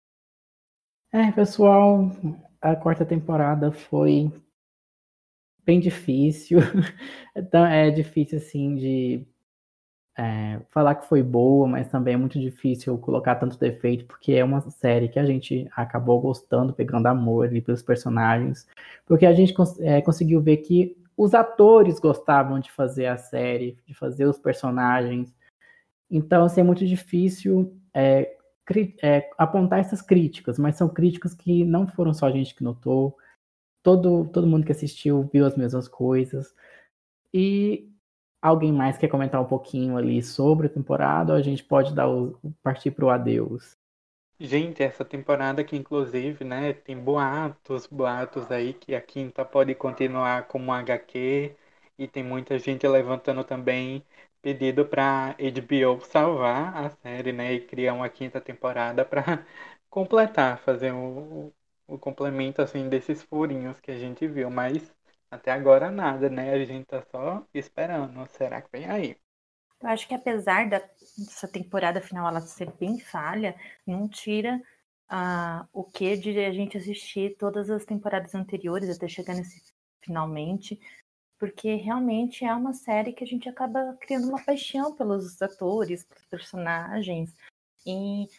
Pessoal, a quarta temporada foi bem difícil. Então, é difícil, assim, de falar que foi boa, mas também é muito difícil colocar tanto defeito, porque é uma série que a gente acabou gostando, pegando amor ali pelos personagens, porque a gente conseguiu ver que os atores gostavam de fazer a série, de fazer os personagens. Então, assim, é muito difícil apontar essas críticas, mas são críticas que não foram só a gente que notou, todo mundo que assistiu viu as mesmas coisas. E alguém mais quer comentar um pouquinho ali sobre a temporada, ou a gente pode partir para o adeus? Gente, essa temporada que inclusive, né, tem boatos aí que a quinta pode continuar como HQ, e tem muita gente levantando também pedido para HBO salvar a série, né, e criar uma quinta temporada para completar, fazer o complemento assim desses furinhos que a gente viu, mas até agora nada, né? A gente tá só esperando. Será que vem aí? Eu acho que apesar dessa temporada final ela ser bem falha, não tira o que de a gente assistir todas as temporadas anteriores até chegar nesse finalmente, porque realmente é uma série que a gente acaba criando uma paixão pelos atores, pelos personagens, e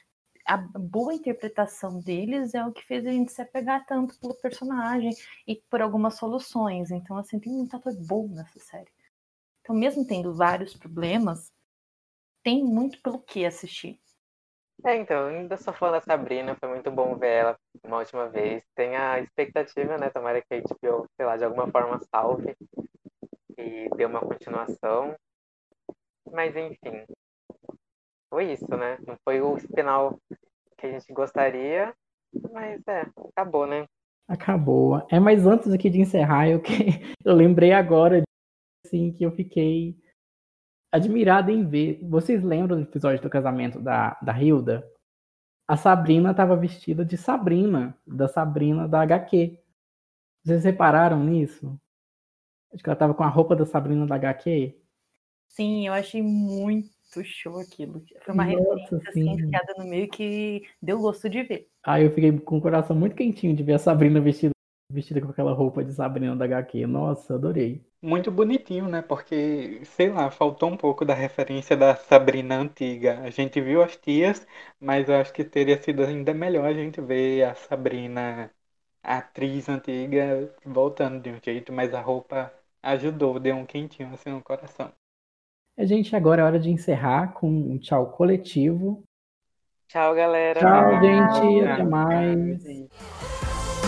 a boa interpretação deles é o que fez a gente se apegar tanto pelo personagem e por algumas soluções. Então, assim, tem muito ator bom nessa série. Então, mesmo tendo vários problemas, tem muito pelo que assistir. Então, ainda sou fã da Sabrina, foi muito bom ver ela uma última vez. Tem a expectativa, né? Tomara que a HBO, sei lá, de alguma forma salve e dê uma continuação. Mas enfim, foi isso, né? Não foi o final que a gente gostaria, mas acabou, né? Acabou. Mas antes aqui de encerrar, eu lembrei agora, assim, que eu fiquei admirado em ver. Vocês lembram do episódio do casamento da Hilda? A Sabrina estava vestida de Sabrina, da Sabrina da HQ. Vocês repararam nisso? Acho que ela estava com a roupa da Sabrina da HQ. Sim, eu achei muito show aquilo. Foi uma Nossa, referência assim, sim. enfiada no meio que deu gosto de ver. Eu fiquei com o coração muito quentinho de ver a Sabrina vestida com aquela roupa de Sabrina da HQ. Nossa, adorei. Muito bonitinho, né? Porque, sei lá, faltou um pouco da referência da Sabrina antiga. A gente viu as tias, mas eu acho que teria sido ainda melhor a gente ver a Sabrina, a atriz antiga, voltando de um jeito, mas a roupa ajudou, deu um quentinho assim no coração. Gente, agora é hora de encerrar com um tchau coletivo. Tchau, galera. Tchau, Até mais. gente. Até Tchau, mais. tchau.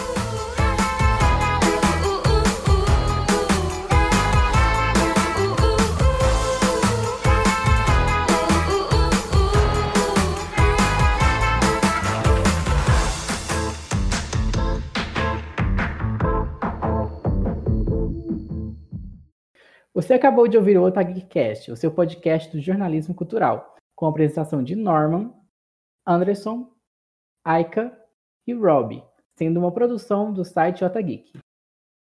Você acabou de ouvir o Otagcast, o seu podcast do jornalismo cultural, com a apresentação de Norman, Anderson, Aika e Robbie, sendo uma produção do site Otageek.